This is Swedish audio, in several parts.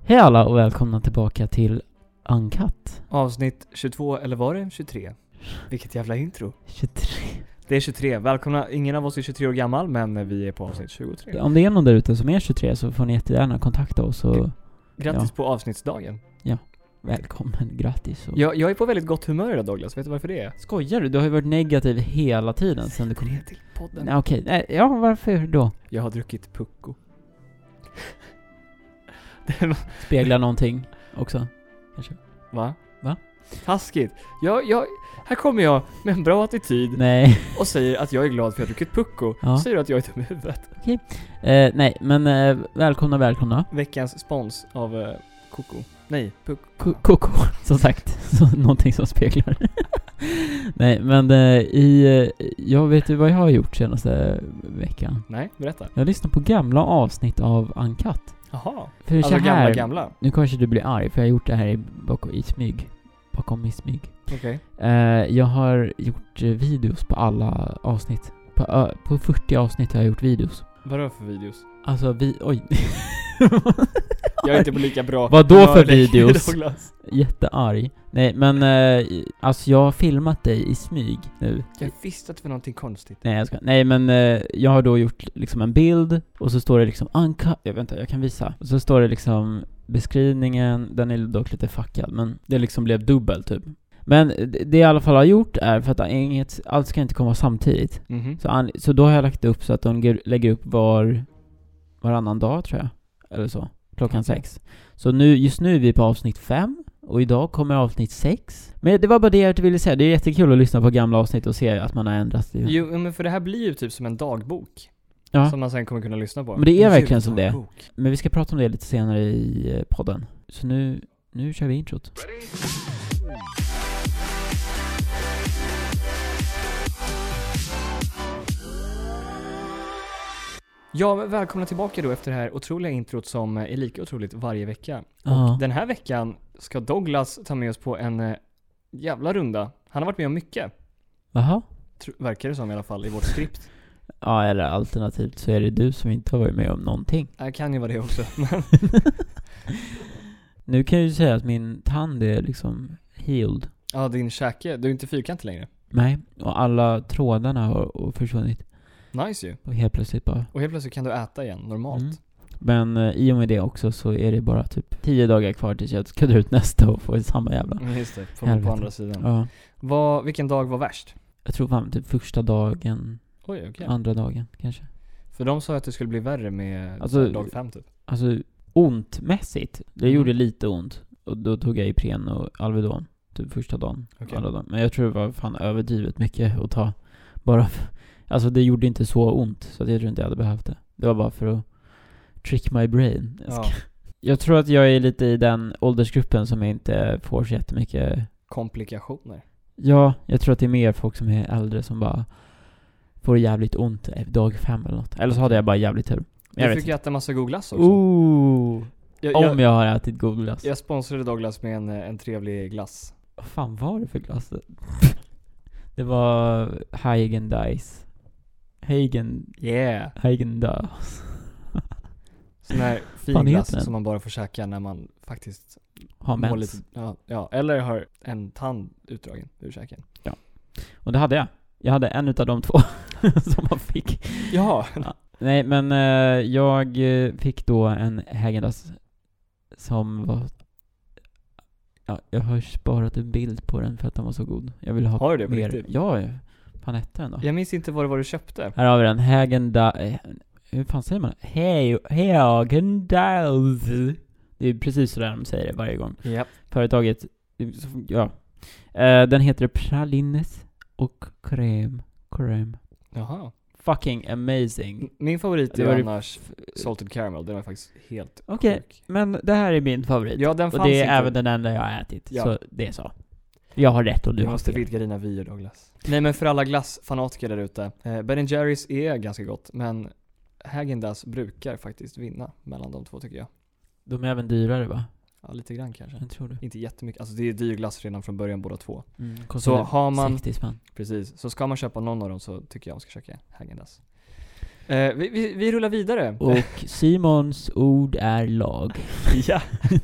Hej alla och välkomna tillbaka till Uncut. Avsnitt 22, eller var det 23? Vilket jävla intro. 23. Det är 23, välkomna. Ingen av oss är 23 år gammal, men vi är på avsnitt 23. Om det är någon där ute som är 23 så får ni jättegärna kontakta oss och Grattis på avsnittsdagen. Ja, välkommen, grattis. Och... Jag är på väldigt gott humör idag, Douglas, vet du varför det är? Skojar du? Du har ju varit negativ hela tiden sen du kom Det till podden. Nej, okej. Ja, varför då? Jag har druckit pucko. Speglar någonting också, kanske. Va? Taskigt. Här kommer jag med en bra attityd. Nej. Och säger att jag är glad för att jag har druckit pucko. Ja. Säger att jag är dum i huvudet. Nej, men välkomna. Veckans spons av Koko. Nej, pucko. Koko, som sagt. Så, någonting som speglar. Nej, men jag vet ju vad jag har gjort senaste veckan. Nej, berätta. Jag lyssnar på gamla avsnitt av Uncut. Jaha. För Alltså så här, gamla. Nu kanske du blir arg, för jag har gjort det här bakom i smyg. Okej. Jag har gjort videos på alla avsnitt. På 40 avsnitt har jag gjort videos. Vadå för videos? Alltså, oj. Jag är inte på lika bra. Vad då för videos? Douglas. Jättearg. Nej, men alltså jag har filmat dig i smyg nu. Jag visste att det var någonting konstigt. Nej, men jag har då gjort liksom en bild och så står det liksom Uncut. Jag kan visa. Och så står det liksom beskrivningen, den är dock lite fuckad, men det liksom blev dubbel typ. Men det jag i alla fall har gjort är för att allt ska inte komma samtidigt. Mm-hmm. Så då har jag lagt upp så att de lägger upp varannan dag, tror jag. Eller så. Klockan 6. Så just nu är vi på avsnitt 5. Och idag kommer avsnitt 6. Men det var bara det jag ville säga. Det är jättekul att lyssna på gamla avsnitt och se att man har ändrat. Jo, men för det här blir ju typ som en dagbok. Ja. Som man sen kommer kunna lyssna på. Men det är verkligen som det. Men vi ska prata om det lite senare i podden. Så nu kör vi introt. Ja, välkomna tillbaka då efter det här otroliga introt som är lika otroligt varje vecka. Ja. Och den här veckan ska Douglas ta med oss på en jävla runda. Han har varit med om mycket. Jaha. Verkar det som i alla fall i vårt skript. Ja, eller alternativt så är det du som inte har varit med om någonting. Jag kan ju vara det också. Nu kan jag ju säga att min tand är liksom healed. Ja, din käke, du är inte fyrkantig längre. Nej, och alla trådarna har försvunnit. Nice ju. Och helt plötsligt bara. Och helt plötsligt kan du äta igen, normalt. Mm. Men i och med det också så är det bara typ 10 dagar kvar tills jag ska dra ut nästa och få samma jävla. Just det, på andra sidan. Ja. Vilken dag var värst? Jag tror fan typ första dagen. Oj, okej. Andra dagen kanske. För de sa att det skulle bli värre med alltså, dag 5 typ. Alltså ontmässigt. Det gjorde lite ont. Och då tog jag Ipren och Alvedon typ första dagen. Okay. Alla dagar. Men jag tror det var fan överdrivet mycket att ta. Bara alltså det gjorde inte så ont. Så att jag tror inte jag hade behövt det. Det var bara för att trick my brain. Jag tror att jag är lite i den åldersgruppen som inte får så jättemycket komplikationer. Ja, jag tror att det är mer folk som är äldre som bara får jävligt ont dag 5 eller något. Eller så hade jag bara jävligt tur. Jag fick äta massa godglass också. Om jag har ätit godglass. Jag sponsrade Douglas med en trevlig glass. Vad fan var det för glass? Det var Häagen-Dazs. Häagen-Dazs. Sån här fin glass som man bara får käka när man faktiskt har mens. Lite, ja, eller har en tand utdragen ur käken. Ja. Och det hade jag. Jag hade en utav de 2 som man fick. Ja. Nej, men jag fick då en Häagen-Dazs som var... Ja, jag har sparat en bild på den för att den var så god. Jag vill ha har du det mer. Riktigt? Ja, fan hette den då? Jag minns inte vad det var du köpte. Här har vi den, Häagen-Dazs. Hur fan säger man? Häagen-Dazs. Det är precis så där de säger det varje gång. Yep. Företaget, ja. Den heter Pralines och crème. Jaha. Fucking amazing. Min favorit är annars salted caramel. Den är faktiskt helt sjuk. Men det här är min favorit. Ja, den fanns och det är inte. även den enda jag har ätit. Ja. Så det är så. Jag har rätt och du har fel. Du måste vidga dina vyer, Douglas. Nej, men för alla glassfanatiker där ute. Ben & Jerry's är ganska gott. Men Häagen-Dazs brukar faktiskt vinna mellan de två, tycker jag. De är även dyrare, va? Ja, lite grann kanske. Jag tror det. Inte jättemycket. Alltså det är dyr glass redan från början båda två. Så har man 60 spänn. Precis. Så ska man köpa någon av dem så tycker jag man ska köpa Häagen-Dazs. Vi rullar vidare. Och Simons ord är lag. Ja.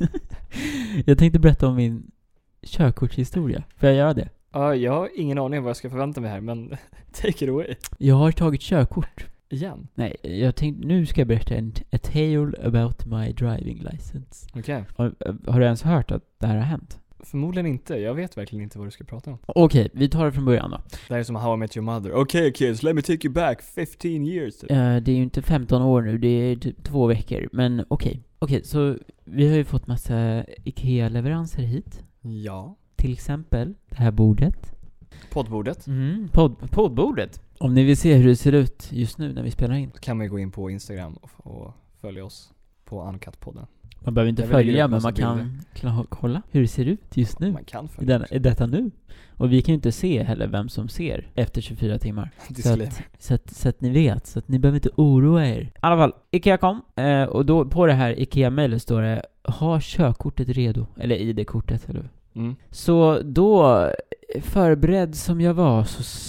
Jag tänkte berätta om min körkortshistoria. Får jag göra det? Ja, jag har ingen aning om vad jag ska förvänta mig här, men take it away. Jag har tagit körkort. Igen? Nej, jag tänkte nu ska jag berätta a tale about my driving license. Okej. Har du ens hört att det här har hänt? Förmodligen inte. Jag vet verkligen inte vad du ska prata om. Okej, vi tar det från början då. Det här är som How I Met Your Mother. Okay kids, let me take you back 15 years. Det är ju inte 15 år nu, det är typ 2 veckor. Men okej, så vi har ju fått massa IKEA-leveranser hit. Ja. Till exempel det här bordet. Poddbordet. Poddbordet. Om ni vill se hur det ser ut just nu när vi spelar in. Då kan man ju gå in på Instagram och följa oss på Uncut-podden. Man behöver inte följa, men man kan kolla hur det ser ut just nu. Man kan följa. I detta nu. Och vi kan ju inte se heller vem som ser efter 24 timmar. Så att ni vet. Så att ni behöver inte oroa er. I alla fall, IKEA kom. Och då på det här IKEA-mailet står det: ha körkortet redo. Eller ID-kortet, eller? Så då, förberedd som jag var,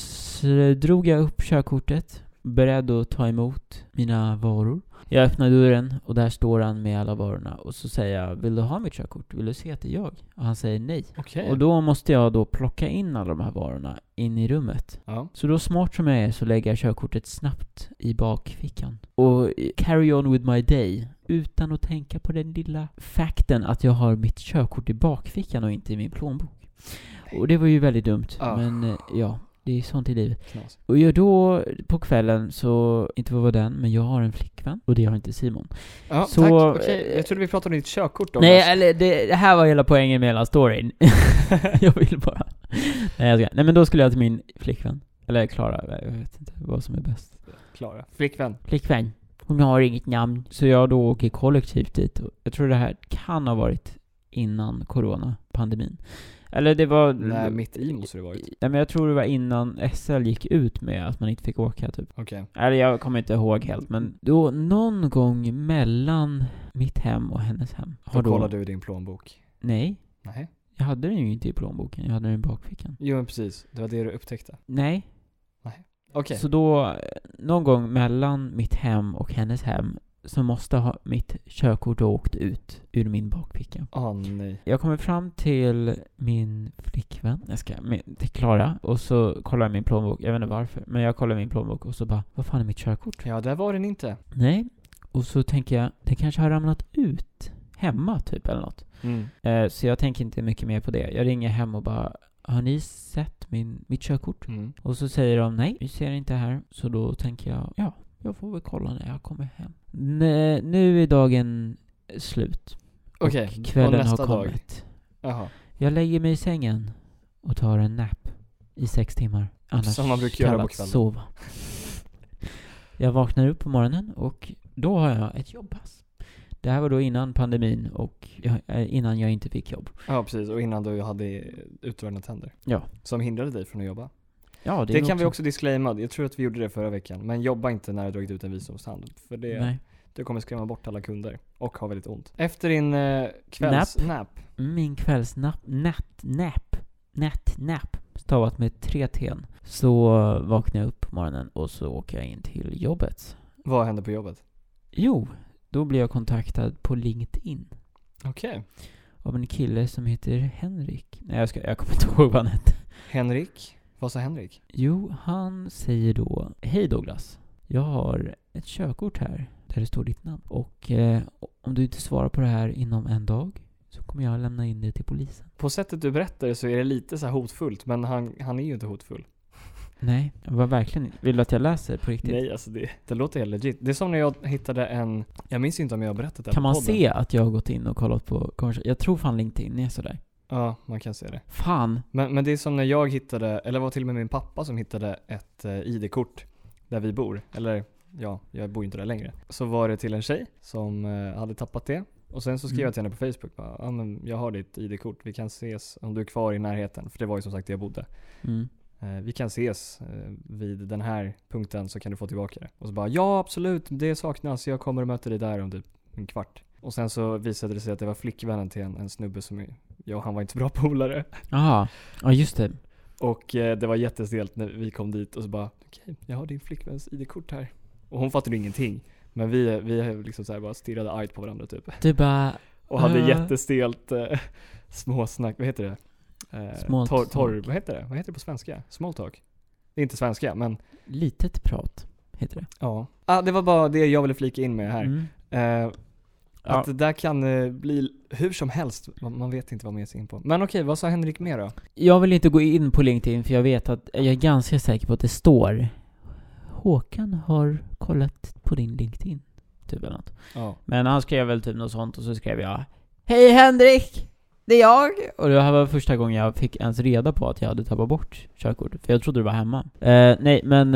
så drog jag upp körkortet. Beredd att ta emot mina varor. Jag öppnar dörren och där står han med alla varorna. Och så säger jag: vill du ha mitt körkort? Vill du se att det är jag? Och han säger nej. Okay. Och då måste jag då plocka in alla de här varorna in i rummet. Ja. Så då, smart som jag är, så lägger jag körkortet snabbt i bakfickan. Och carry on with my day. Utan att tänka på den lilla fakten att jag har mitt körkort i bakfickan och inte i min plånbok. Och det var ju väldigt dumt. Men ja, det är sånt i livet. Knas. Och jag då på kvällen, så inte vad var den, men jag har en flickvän och det har inte Simon. Ja, så, tack. Okej, jag trodde vi pratade om ditt körkort då. Nej, eller det här var hela poängen med hela storyn. Jag vill bara. Nej, men då skulle jag till min flickvän. Eller Klara, jag vet inte vad som är bäst. Klara. Flickvän. Hon har inget namn. Så jag då åker kollektivt dit. Jag tror det här kan ha varit innan coronapandemin. Eller det var... Nej, mitt i måste det varit. Nej, men jag tror det var innan SL gick ut med att man inte fick åka typ. Okej. Eller jag kommer inte ihåg helt, men då någon gång mellan mitt hem och hennes hem. Då kollade du din plånbok? Nej. Nej. Jag hade den ju inte i plånboken, jag hade den i bakfickan. Jo, men precis. Det var det du upptäckte. Nej. Okej. Så då, någon gång mellan mitt hem och hennes hem, så måste ha mitt körkort åkt ut ur min bakficka. Nej. Jag kommer fram till min flickvän, till Klara, och så kollar jag min plånbok. Jag vet inte varför, men jag kollar min plånbok och så bara: vad fan är mitt körkort? Ja, där var den inte. Nej. Och så tänker jag, det kanske har ramlat ut hemma typ eller något. Så jag tänker inte mycket mer på det. Jag ringer hem och bara: har ni sett mitt körkort? Och så säger de: nej, vi ser inte här. Så då tänker jag, ja, jag får väl kolla när jag kommer hem. Nu är dagen slut. Okej, och kvällen och nästa har kommit. Jaha. Jag lägger mig i sängen och tar en nap i 6 timmar. Annars som man brukar göra på kvällen. Sova. Jag vaknar upp på morgonen och då har jag ett jobbpass. Det här var då innan pandemin och innan jag inte fick jobb. Ja, precis. Och innan du hade utdragna tänder. Ja. Som hindrade dig från att jobba. Ja, det kan vi också disclaima. Jag tror att vi gjorde det förra veckan. Men jobba inte när du dragit ut en visdomstand. För det kommer skrämma bort alla kunder. Och ha väldigt ont. Efter din kvällsnap. Min kvällsnap. Nap. Stavat med 3 T:n. Så vaknar jag upp på morgonen och så åker jag in till jobbet. Vad hände på jobbet? Jo, då blir jag kontaktad på LinkedIn. Okej. Av en kille som heter Henrik. Nej, jag kommer inte ihåg vad han hette. Henrik? Vad sa Henrik? Jo, han säger då: hej Douglas, jag har ett körkort här där det står ditt namn. Och om du inte svarar på det här inom en dag så kommer jag lämna in det till polisen. På sättet du berättar så är det lite så här hotfullt. Men han är ju inte hotfull. Nej, jag var verkligen... Vill du att jag läser på riktigt? Nej, alltså det låter helt legit. Det är som när jag hittade en... Jag minns inte om jag har berättat det här. Kan man se att jag har gått in och kollat på... Jag tror fan LinkedIn är sådär. Ja, man kan se det. Fan. Men det är som när jag hittade... Eller var till och med min pappa som hittade ett ID-kort där vi bor. Eller, ja, jag bor inte där längre. Så var det till en tjej som hade tappat det. Och sen så skrev jag till henne på Facebook. Ja, men jag har ditt ID-kort. Vi kan ses om du är kvar i närheten. För det var ju som sagt där jag bodde. Vi kan ses vid den här punkten så kan du få tillbaka det. Och så bara, ja absolut, det saknas. Jag kommer och möter dig där om typ en kvart. Och sen så visade det sig att det var flickvännen till en snubbe som jag och han var inte så bra polare. Jaha, ja just det. Och det var jättestelt när vi kom dit och så bara, okej, jag har din flickväns ID-kort här. Och hon fattade ingenting. Men vi liksom så här bara stirrade argt på varandra typ. Du bara... Och hade jättestelt småsnack, vad heter det? Vad heter det? Vad heter det på svenska? Small talk. Det är inte svenska, men... Litet prat heter det. Ja. Det var bara det jag ville flika in med här. Att det där kan bli hur som helst. Man vet inte vad man ger sig in på. Men okej, vad sa Henrik mer då? Jag vill inte gå in på LinkedIn för jag vet att jag är ganska säker på att det står Håkan har kollat på din LinkedIn. Typ eller något. Ja. Men han skrev väl typ något sånt och så skrev jag Hej Henrik! Det är jag! Och det här var första gången jag fick ens reda på att jag hade tappat bort körkortet. För jag trodde det var hemma. Nej, men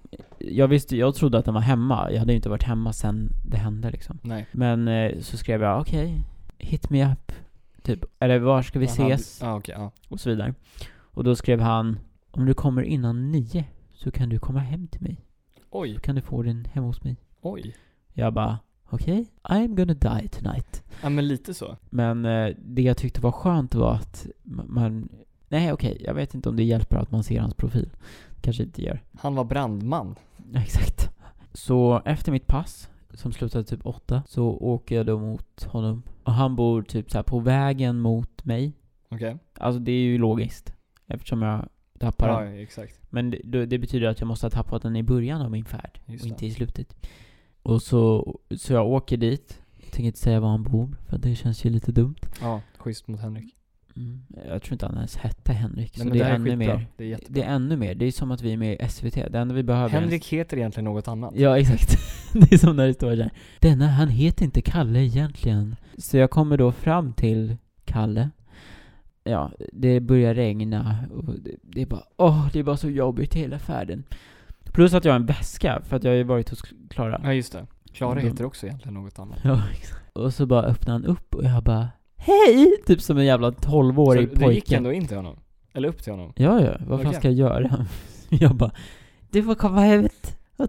jag trodde att den var hemma. Jag hade ju inte varit hemma sen det hände liksom. Nej. Men så skrev jag okej, hit me up. Typ, eller var ska vi ses? Och så vidare. Och då skrev han om du kommer innan 9 så kan du komma hem till mig. Oj. Så kan du få den hemma hos mig. Oj. Jag bara okej, I'm gonna die tonight. Ja, men lite så. Men det jag tyckte var skönt var att man... Nej, okej. Jag vet inte om det hjälper att man ser hans profil. Kanske inte gör. Han var brandman. Exakt. Så efter mitt pass, som slutade typ 8, så åker jag då mot honom. Och han bor typ så här på vägen mot mig. Okej. Alltså det är ju logiskt. Eftersom jag tappar den. Ja, exakt. Men det betyder att jag måste ha tappat den i början av min färd. Just och inte det. i slutet. Och så jag åker dit. Jag tänker inte säga var han bor, för det känns ju lite dumt. Ja, schysst mot Henrik. Jag tror inte han ens hette Henrik. Nej, så men det är ännu ännu mer. mer. Det är jättebra. Det är ännu mer. Det är som att vi är med i SVT. Det enda vi behöver Henrik heter egentligen något annat. Ja, exakt. Det är som när det står där. Han heter inte Kalle egentligen. Så jag kommer då fram till Kalle. Ja, det börjar regna. Och det är bara, det är bara så jobbigt hela färden. Plus att jag har en väska. För att jag har ju varit hos Klara. Ja, just det. Klara heter också egentligen något annat. Ja, exakt. Och så bara öppnar han upp och jag bara hej! Typ som en jävla 12-årig pojke. Så du gick ändå in till honom? Eller upp till honom? Ja. Vad fan ska jag göra? Jag bara du får komma ut och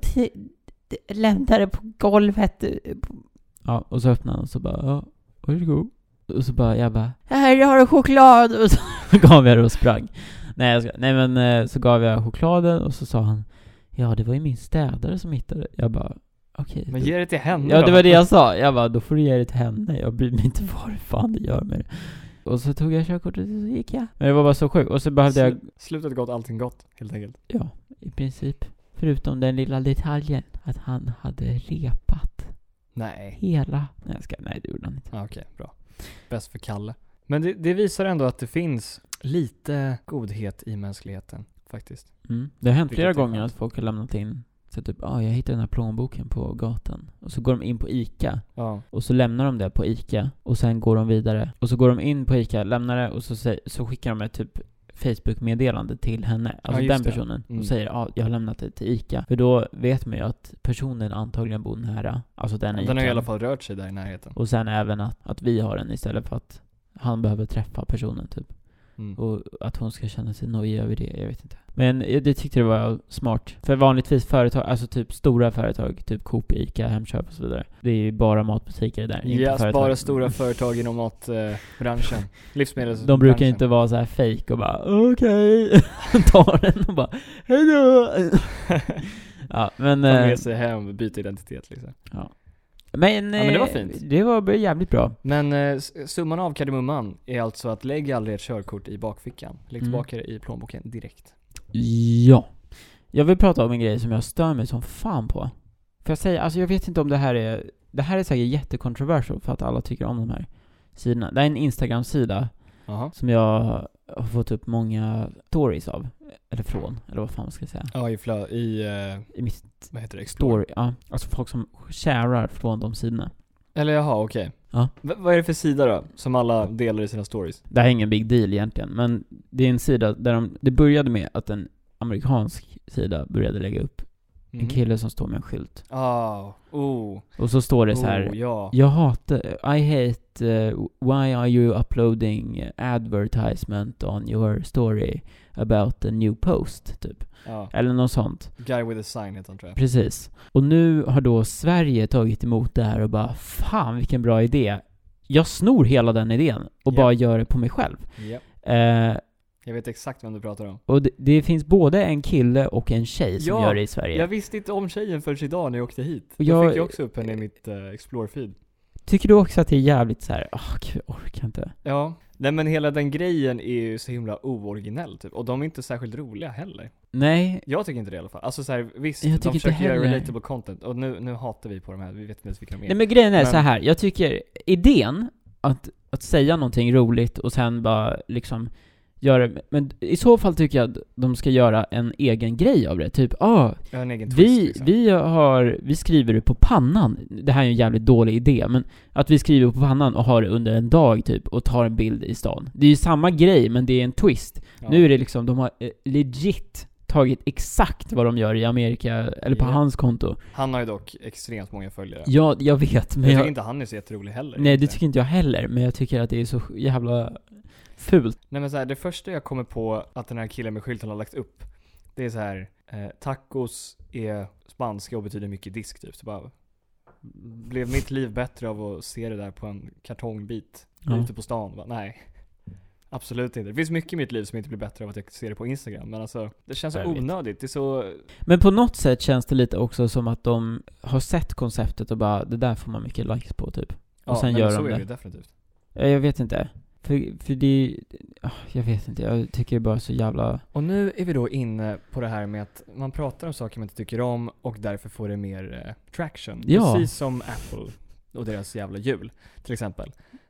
lämna det på golvet. Ja, och så öppnade han och så bara varsågod. Och så bara, jag bara här, jag har en choklad. Och så gav jag det och sprang. Nej, men så gav jag chokladen och så sa han ja, det var ju min städare som hittade det. Jag bara okej. Men ge det till henne Ja, då. det var det jag sa. Jag bara, då får du ge det till henne. Jag bryr mig inte vad fan det gör med det. Och så tog jag körkortet och så gick jag. Men det var bara så sjukt. Och så behövde jag... Slutet gott, allting gott, helt enkelt. Ja, i princip. Förutom den lilla detaljen att han hade repat. Nej. Hela... Nej, det gjorde han inte. Okej, bra. Bäst för Kalle. Men det visar ändå att det finns lite godhet i mänskligheten, faktiskt. Det har hänt Vilket flera är gånger skönt. att folk har lämnat in så typ, jag hittade den här plånboken på gatan. Och så går de in på ICA. Ja. Och så lämnar de det på ICA. Och sen går de vidare. Och så går de in på ICA, lämnar det. Och så skickar de ett typ Facebook-meddelande till henne. Alltså just den det. personen. Och säger, jag har lämnat det till ICA. För då vet man ju att personen antagligen bor nära. Alltså den ICA. Den har i alla fall rört sig där i närheten. Och sen även att vi har den istället för att han behöver träffa personen typ. Och att hon ska känna sig nöjd över det, jag vet inte. Men det tyckte det var smart. För vanligtvis företag, alltså typ stora företag, typ Coop, ICA, Hemköp och så vidare. Det är ju bara matbutiker där, inte företag. Bara stora företag inom matbranschen. Livsmedelsbranschen. De brukar inte vara så här fake och bara okej. Tar den och bara hejdå. Ja, men ta med sig hem och byta identitet liksom. Ja. Men det var fint. Det var jävligt bra. Men summan av kardemumman är alltså att lägg aldrig ett körkort i bakfickan. Lägg tillbaka det i plånboken direkt. Ja. Jag vill prata om en grej som jag stör mig som fan på. För jag säger, alltså jag vet inte om det här är säkert jättekontroversial för att alla tycker om de här sidorna. Det är en Instagram-sida som jag har fått upp många stories av. Eller från, eller vad fan man ska säga. Ja, i mitt vad heter det? story. Ja, alltså folk som sharar från de sidorna. Eller jaha, okej. Ja. Vad är det för sida då? Som alla delar i sina stories? Det här är ingen big deal egentligen. Men det är en sida där det började med att en amerikansk sida började lägga upp en kille som står med en skylt. Och så står det så här. Ja. I hate why are you uploading advertisement on your story about a new post typ. Ja. Eller något sånt. Guy with a sign heter han, tror jag. Precis. Och nu har då Sverige tagit emot det här och bara fan vilken bra idé. Jag snor hela den idén och bara gör det på mig själv. Jag vet exakt vem du pratar om. Och det finns både en kille och en tjej som gör det i Sverige. Jag visste inte om tjejen förrän idag när jag åkte hit. Och Jag fick ju också upp henne i mitt Explore-feed. Tycker du också att det är jävligt så här, gud, jag orkar inte. Ja. Nej, men hela den grejen är ju så himla ooriginell typ. Och de är inte särskilt roliga heller. Nej. Jag tycker inte det i alla fall. Alltså så här, visst, Jag de tycker försöker inte göra heller. relatable content. Och nu hatar vi på de här, vi vet inte ens vilka de är. Nej, men grejen är Men- så här. Jag tycker idén att säga någonting roligt och sen bara liksom göra, men i så fall tycker jag att de ska göra en egen grej av det. Typ, Jag har en egen twist liksom. vi skriver det på pannan. Det här är en jävligt dålig idé, men att vi skriver på pannan och har det under en dag typ och tar en bild i stan. Det är ju samma grej, men det är en twist. Ja. Nu är det liksom, de har legit tagit exakt vad de gör i Amerika, eller på Ja. hans konto. Han har ju dock extremt många följare. Ja, jag vet, men jag tycker inte han är så jätterolig heller. nej, det tycker inte jag heller, men jag tycker att det är så jävla fult. Nej, men så här, det första jag kommer på att den här killen med skylten har lagt upp, det är så här, tacos är spanska och betyder mycket disk typ. Så bara, blev mitt liv bättre av att se det där på en kartongbit ute på stan? Bara, nej, absolut inte. Det finns mycket i mitt liv som inte blir bättre av att jag ser det på Instagram. Men alltså, det känns så Jag vet. onödigt. Det är så... Men på något sätt känns det lite också som att de har sett konceptet och bara, det där får man mycket likes på typ. Och sen men gör så de är det. det definitivt. Jag vet inte. För det, jag vet inte, jag tycker det är bara så jävla... Och nu är vi då inne på det här med att man pratar om saker man inte tycker om och därför får det mer traction. Ja. Precis som Apple och deras jävla jul, till exempel.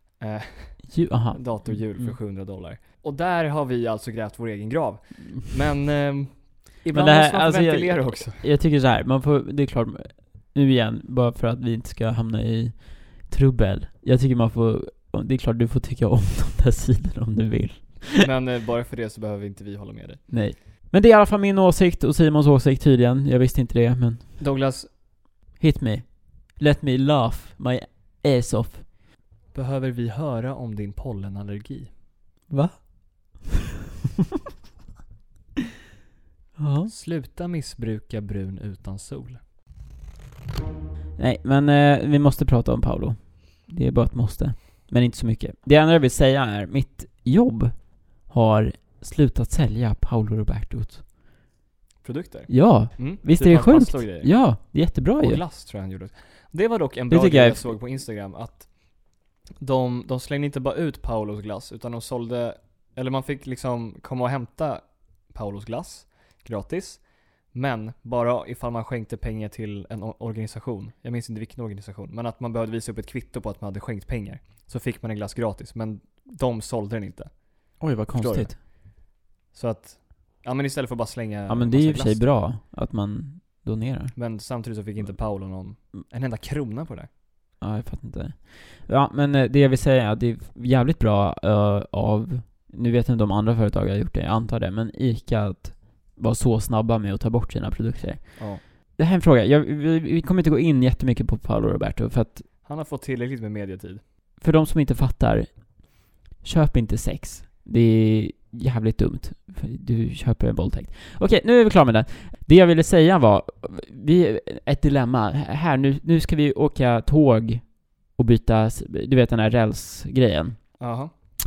Datorjul för $700. Och där har vi alltså grävt vår egen grav. Men ibland det här- måste man alltså, få jag- ventilera också. Jag tycker så här, man får, det är klart, nu igen, bara för att vi inte ska hamna i trubbel. Jag tycker man får, det är klart du får tycka om de där sidorna om du vill. Men bara för det så behöver inte vi hålla med dig. Nej. Men det är i alla fall min åsikt och Simons åsikt tydligen. Jag visste inte det, men... Douglas, Hit me. Let me laugh my ass off. behöver vi höra om din pollenallergi? Va? Ja. Sluta missbruka brun utan sol. Nej, men vi måste prata om Paolo. Det är bara ett måste. Men inte så mycket. Det enda jag vill säga är, mitt jobb har slutat sälja Paolo Robertos. Produkter? Ja, visst typ är det hans pasta sjukt? och grejer. Ja, det är jättebra Och ju. glass tror jag han gjorde. Det var dock en Det bra tycker grej jag jag såg på Instagram, att de slängde inte bara ut Paulos glass, utan de sålde, eller man fick liksom komma och hämta Paulos glass gratis, men bara ifall man skänkte pengar till en organisation. Jag minns inte vilken organisation, men att man behövde visa upp ett kvitto på att man hade skänkt pengar, så fick man en glass gratis, men de sålde den inte. Oj, vad Förstår konstigt. Så att, ja, men istället för att bara slänga Ja, men det är massa ju i och för sig glass. bra att man donerar. Men samtidigt så fick inte Paolo en enda krona på det. Ja, jag fattar inte. Ja, men det jag vill säga är att det är jävligt bra av, nu vet jag inte om andra företag har gjort det, jag antar det, men ICA att vara så snabba med att ta bort sina produkter. Ja. Det här är en fråga, vi kommer inte gå in jättemycket på Paolo Roberto, för att Han har fått tillräckligt med mediatid. för de som inte fattar, köp inte sex. Det är jävligt dumt. Du köper en våldtäkt. Okej, nu är vi klara med det. Det jag ville säga var, ett dilemma. Här, nu ska vi åka tåg och byta, du vet den här rälsgrejen. Jaha.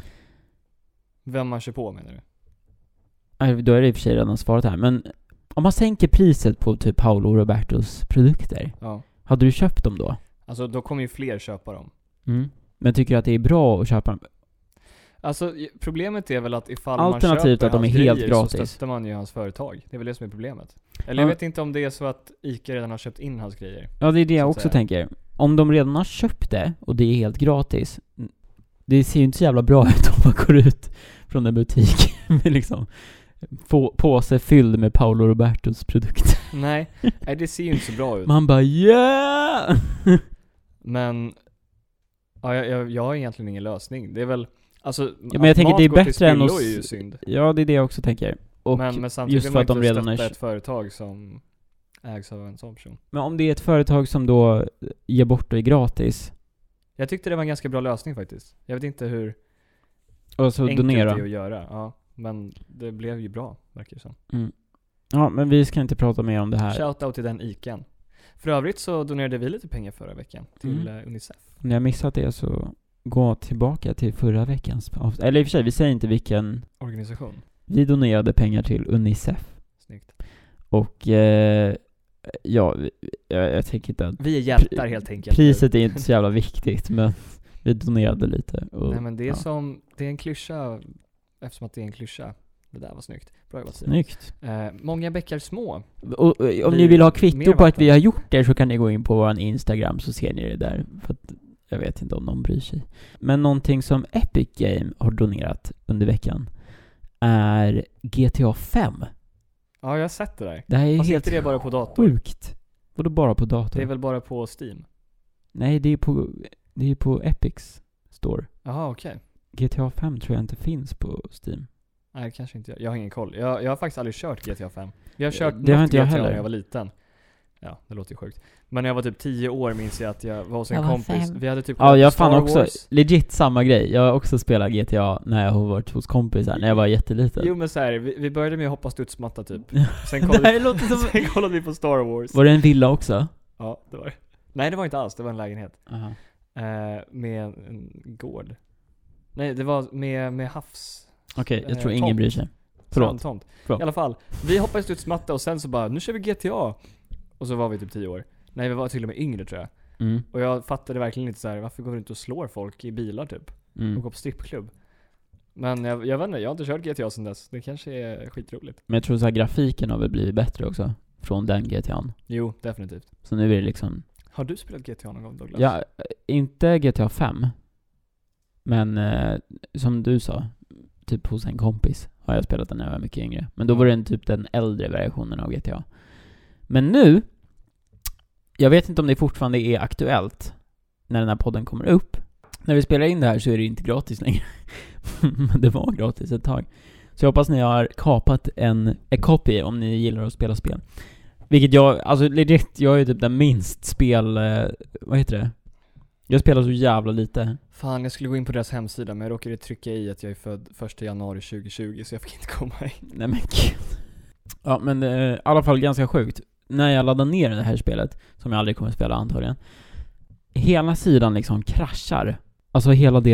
Vem man kör på menar du? Då är det i och för sig redan svarat här, men om man sänker priset på typ Paolo Robertos produkter, Ja. hade du köpt dem då? Alltså då kommer ju fler köpa dem. Men tycker du att det är bra att köpa dem? Alltså problemet är väl att ifall Alternativt man köper att de är hans helt grejer gratis. så stöttar man ju hans företag. Det är väl det som är problemet. Eller Ja. jag vet inte om det är så att ICA redan har köpt in hans grejer. Ja, det är det så jag att också säga. tänker. Om de redan har köpt det och det är helt gratis, det ser ju inte så jävla bra ut om man går ut från en butik med liksom påse fylld med Paolo Robertos produkter. Nej, det ser ju inte så bra ut. Man bara yeah! Men ja, jag har egentligen ingen lösning. Det är väl alltså, Ja, men jag tänker mat det är går till bättre än spillo att... är ju synd. Ja, det är det jag också tänker. Och Men samtidigt just vill för man att de inte redan stötta är... ett företag som ägs av en sån person. Men om det är ett företag som då ger bort det gratis Jag tyckte det var en ganska bra lösning faktiskt. Jag vet inte hur och så enkelt donera. det är att göra. Ja, men det blev ju bra, verkar det som. Ja, men vi ska inte prata mer om det här. Shoutout till den ICAn. För övrigt så donerade vi lite pengar förra veckan till Unicef. Om ni har missat det så gå tillbaka till förra veckans avsnitt. Eller i och för sig, vi säger inte vilken... Organisation. Vi donerade pengar till UNICEF. Snyggt. Och jag tänker inte att Vi är hjältar helt enkelt. priset är inte så jävla viktigt, men vi donerade lite. Och, Nej, men det är det är en klyscha, eftersom att det är en klyscha. Det där var snyggt. Bra jobbat, Simon. Snyggt. Många bäckar små. Och om ni vill ha kvitto mer på att vi vatten. har gjort det, så kan ni gå in på vår Instagram, så ser ni det där. För att jag vet inte om någon bryr sig. Men någonting som Epic Game har donerat under veckan är GTA 5. Ja, jag har sett det där. Det här är Fast helt inte det bara på dator. sjukt. Vadå bara på dator? Det är väl bara på Steam? Nej, det är på Epics store. Jaha, okej. GTA 5 tror jag inte finns på Steam. Nej, kanske inte. Jag har ingen koll. Jag har faktiskt aldrig kört GTA 5. Jag har kört Det har något inte jag GTA heller. när jag var liten. Ja, det låter ju sjukt. Men när jag var typ 10 år minns jag att jag var hos en Jag var kompis. 5. Vi hade typ Ja, jag Star fann också Wars. legit samma grej. Jag har också spelat GTA när jag har varit hos kompisar, när jag var jätteliten. Jo, men så här, vi började med att hoppa studsmatta typ. Sen Det kollade, här låter som... sen kollade vi på Star Wars. Var det en villa också? Ja, det var det. Nej, det var inte alls. Det var en lägenhet. Aha. Med en gård. Nej, det var med havs... Okej, jag tror tomt. ingen bryr sig. Förlåt. Strandtomt. Förlåt. I alla fall, vi hoppade studsmatta och sen så bara, nu kör vi GTA. Och så var vi typ 10 år. Nej, vi var till och med yngre tror jag. Mm. Och jag fattade verkligen inte så här, varför går vi inte och slår folk i bilar typ? Mm. Och går på strippklubb. Men jag vet inte, jag har inte kört GTA sen dess. Det kanske är skitroligt. Men jag tror så här, grafiken har väl blivit bättre också från den GTA:n. Jo, definitivt. Så nu är det liksom... Har du spelat GTA någon gång, Douglas? Ja, inte GTA 5. Men som du sa, typ hos en kompis har jag spelat den när jag var mycket yngre. Men då var det typ den äldre versionen av GTA. Men nu, jag vet inte om det fortfarande är aktuellt när den här podden kommer upp. När vi spelar in det här så är det inte gratis längre. Men det var gratis ett tag. Så jag hoppas ni har kapat en copy om ni gillar att spela spel. Vilket alltså legit, jag är typ den minst vad heter det? Jag spelar så jävla lite. Fan, jag skulle gå in på deras hemsida men jag råkade trycka i att jag är född 1 januari 2020 så jag fick inte komma in. Nej men gud. Ja men i alla fall ganska sjukt. När jag laddar ner det här spelet, som jag aldrig kommer spela antagligen, hela sidan liksom kraschar. Alltså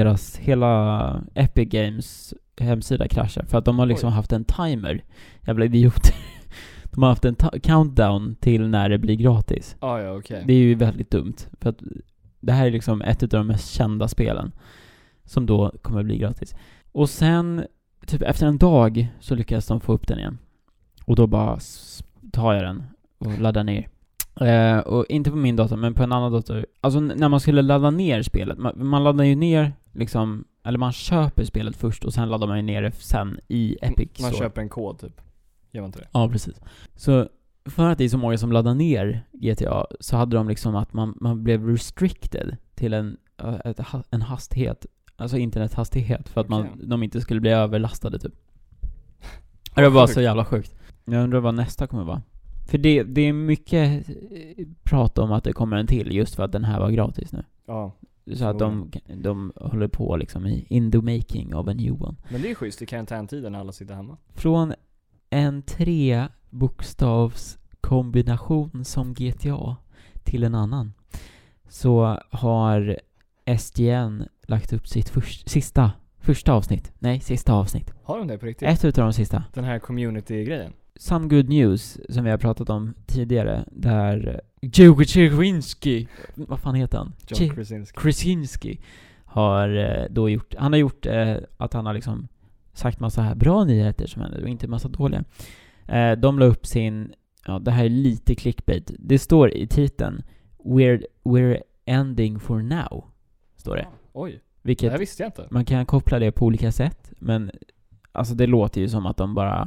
hela Epic Games hemsida kraschar. För att de har liksom haft en timer. Jävla idioter. De har haft en countdown till när det blir gratis. Ja, okej. Det är ju väldigt dumt. För att det här är liksom ett av de mest kända spelen som då kommer bli gratis. Och sen, typ efter en dag så lyckas de få upp den igen. Och då bara tar jag den och laddar ner. Och inte på min dator, men på en annan dator. Alltså när man skulle ladda ner spelet, man laddar ju ner liksom, eller man köper spelet först och sen laddar man ju ner det sen i Epic Man Store. köper en kod typ. Gör man inte det? Ja, precis. Så för att det är så många som laddar ner GTA så hade de liksom att man blev restricted till en hastighet, alltså internethastighet, för att de inte skulle bli överlastade typ. Det var så jävla sjukt. Jag undrar vad nästa kommer vara. För det är mycket prat om att det kommer en till just för att den här var gratis nu. Ja. Så att de håller på liksom in the making of a new one. Men det är schysst i karantäntiden när alla sitter hemma. Från en 3-bokstavs kombination som GTA till en annan så har SGN lagt upp sitt första avsnitt. Nej, sista avsnitt. Har de det på riktigt? Ett utav de sista. Den här community-grejen. Some Good News som vi har pratat om tidigare, där Joe Krasinski, vad fan heter han? John Krasinski. Krasinski har då gjort, han har gjort att han har liksom sagt massa här bra nyheter som händer och inte massa dåliga. De la upp sin, det här är lite clickbait. Det står i titeln We're ending for now, står det. Oj, vilket det här visste jag inte. Man kan koppla det på olika sätt, men alltså det låter ju som att de bara,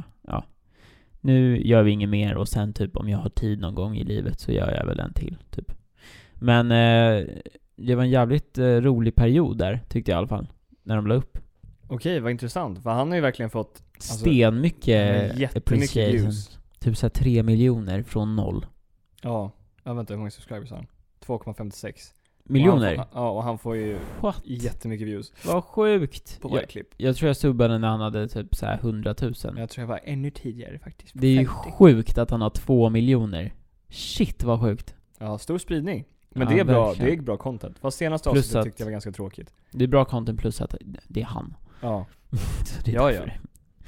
nu gör vi inget mer och sen typ om jag har tid någon gång i livet så gör jag väl en till typ. Men det var en jävligt rolig period där, tyckte jag i alla fall, när de la upp. Okej, vad intressant. För han har ju verkligen fått jättemycket appreciation. Views. Typ så här 3 miljoner från 0. Ja, jag vet inte hur många subscribers har han. 2,56 miljoner. Och han får ju What? jättemycket views Vad sjukt. på varje klipp. Jag tror jag subbade när han hade typ så här 100 000. Jag tror jag var ännu tidigare faktiskt. Det är ju 50. sjukt att han har 2 miljoner. Shit, vad sjukt. Ja, stor spridning. Men Ja, det är bra, verkligen. det är bra content. Fast senaste Plus avsnittet att- tyckte jag var ganska tråkigt. Det är bra content plus att det är han. Ja. Så det är Ja, därför.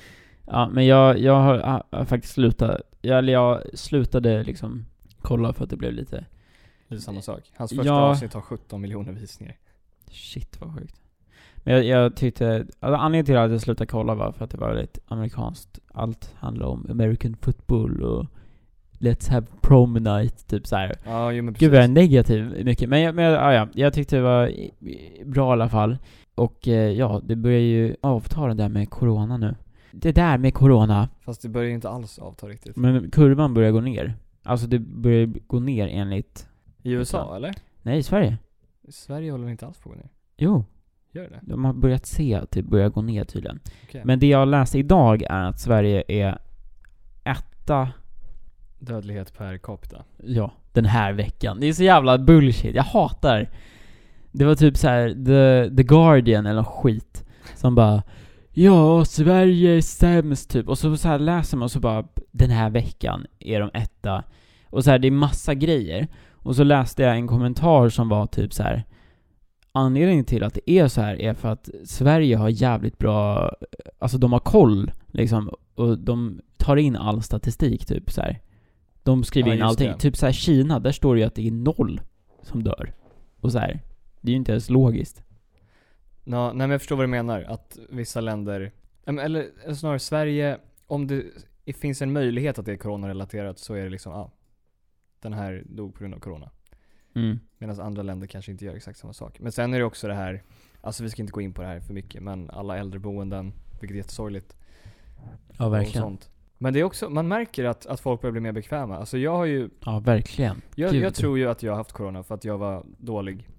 Ja, men jag har faktiskt slutat. Jag slutade liksom kolla för att det blev lite... Det är samma sak. Hans första avsnitt har 17 miljoner visningar. Shit, vad sjukt. Men jag tyckte... Alltså, anledningen till att jag slutade kolla var för att det var väldigt amerikanskt. Allt handlar om American football och let's have promenade, typ så här. Ja, jo, men precis. Gud, vad är negativ mycket. Men jag tyckte det var bra i alla fall. Och ja, det börjar ju avta det där med corona nu. Det där med corona. Fast det börjar ju inte alls avta riktigt. Men kurvan börjar gå ner. Alltså det börjar gå ner enligt... I USA, eller? Nej, i Sverige. I Sverige håller det inte alls på att gå ner. Jo. Gör det? De har börjat se att det börjar gå ner tydligen. Okay. Men det jag läste idag är att Sverige är etta... Dödlighet per capita. Ja, den här veckan. Det är så jävla bullshit. Jag hatar... Det var typ så här The Guardian eller skit som bara... Ja, Sverige är sämst typ. Och så här läser man och så bara... Den här veckan är de etta. Och så här, det är massa grejer. Och så läste jag en kommentar som var typ så här: anledningen till att det är så här är för att Sverige har jävligt bra... Alltså de har koll liksom. Och de tar in all statistik typ så här. De skriver in allting. Det. Typ så här Kina, där står det ju att det är 0 som dör. Och så här, det är ju inte ens logiskt. Nej, men jag förstår vad du menar. Att vissa länder... Eller snarare Sverige, om det finns en möjlighet att det är coronarelaterat så är det liksom, den här dog på grund av corona. Medan andra länder kanske inte gör exakt samma sak. Men sen är det också det här, alltså vi ska inte gå in på det här för mycket, men alla äldreboenden, vilket är jättesorgligt. Ja, verkligen. Och sånt. Men det är också, man märker att folk börjar bli mer bekväma. Alltså jag har ju... Ja, verkligen. Jag tror ju att jag har haft corona för att jag var dålig.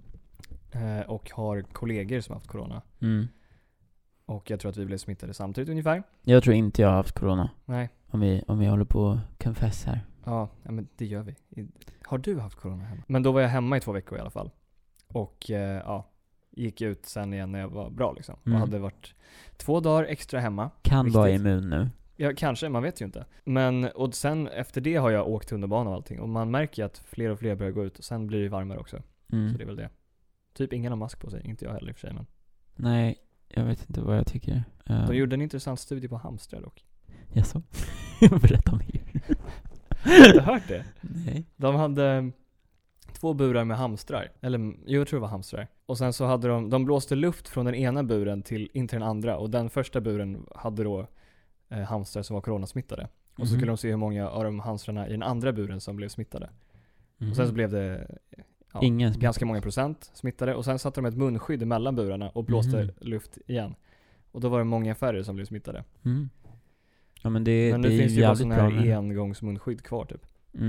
Och har kollegor som har haft corona. Och jag tror att vi blev smittade samtidigt ungefär. Jag tror inte jag har haft corona. Nej. Om vi håller på att confess här. Ja, men det gör vi. Har du haft corona hemma? Men då var jag hemma i 2 veckor i alla fall. Och gick ut sen igen när jag var bra liksom. Och hade varit 2 dagar extra hemma. Kan vara immun nu. Ja, kanske. Man vet ju inte. Men, och sen efter det har jag åkt tunnelbana och allting. Och man märker att fler och fler börjar gå ut. Och sen blir det varmare också. Så det är väl det. Typ ingen har mask på sig. Inte jag heller i och för sig, men... Nej, jag vet inte vad jag tycker. De gjorde en intressant studie på hamstrar dock. Jaså? Berätta mer. Har du hört det? Nej. De hade 2 burar med hamstrar. Eller, jag tror det var hamstrar. Och sen så hade de blåste luft från den ena buren in till den andra. Och den första buren hade då hamstrar som var coronasmittade. Och så skulle de se hur många av de hamstrarna i den andra buren som blev smittade. Och sen så blev det ganska många procent smittade. Och sen satte de ett munskydd mellan burarna och blåste luft igen. Och då var det många färre som blev smittade. Ja, men nu det finns ju bara sådana här nu. engångsmunskydd kvar typ.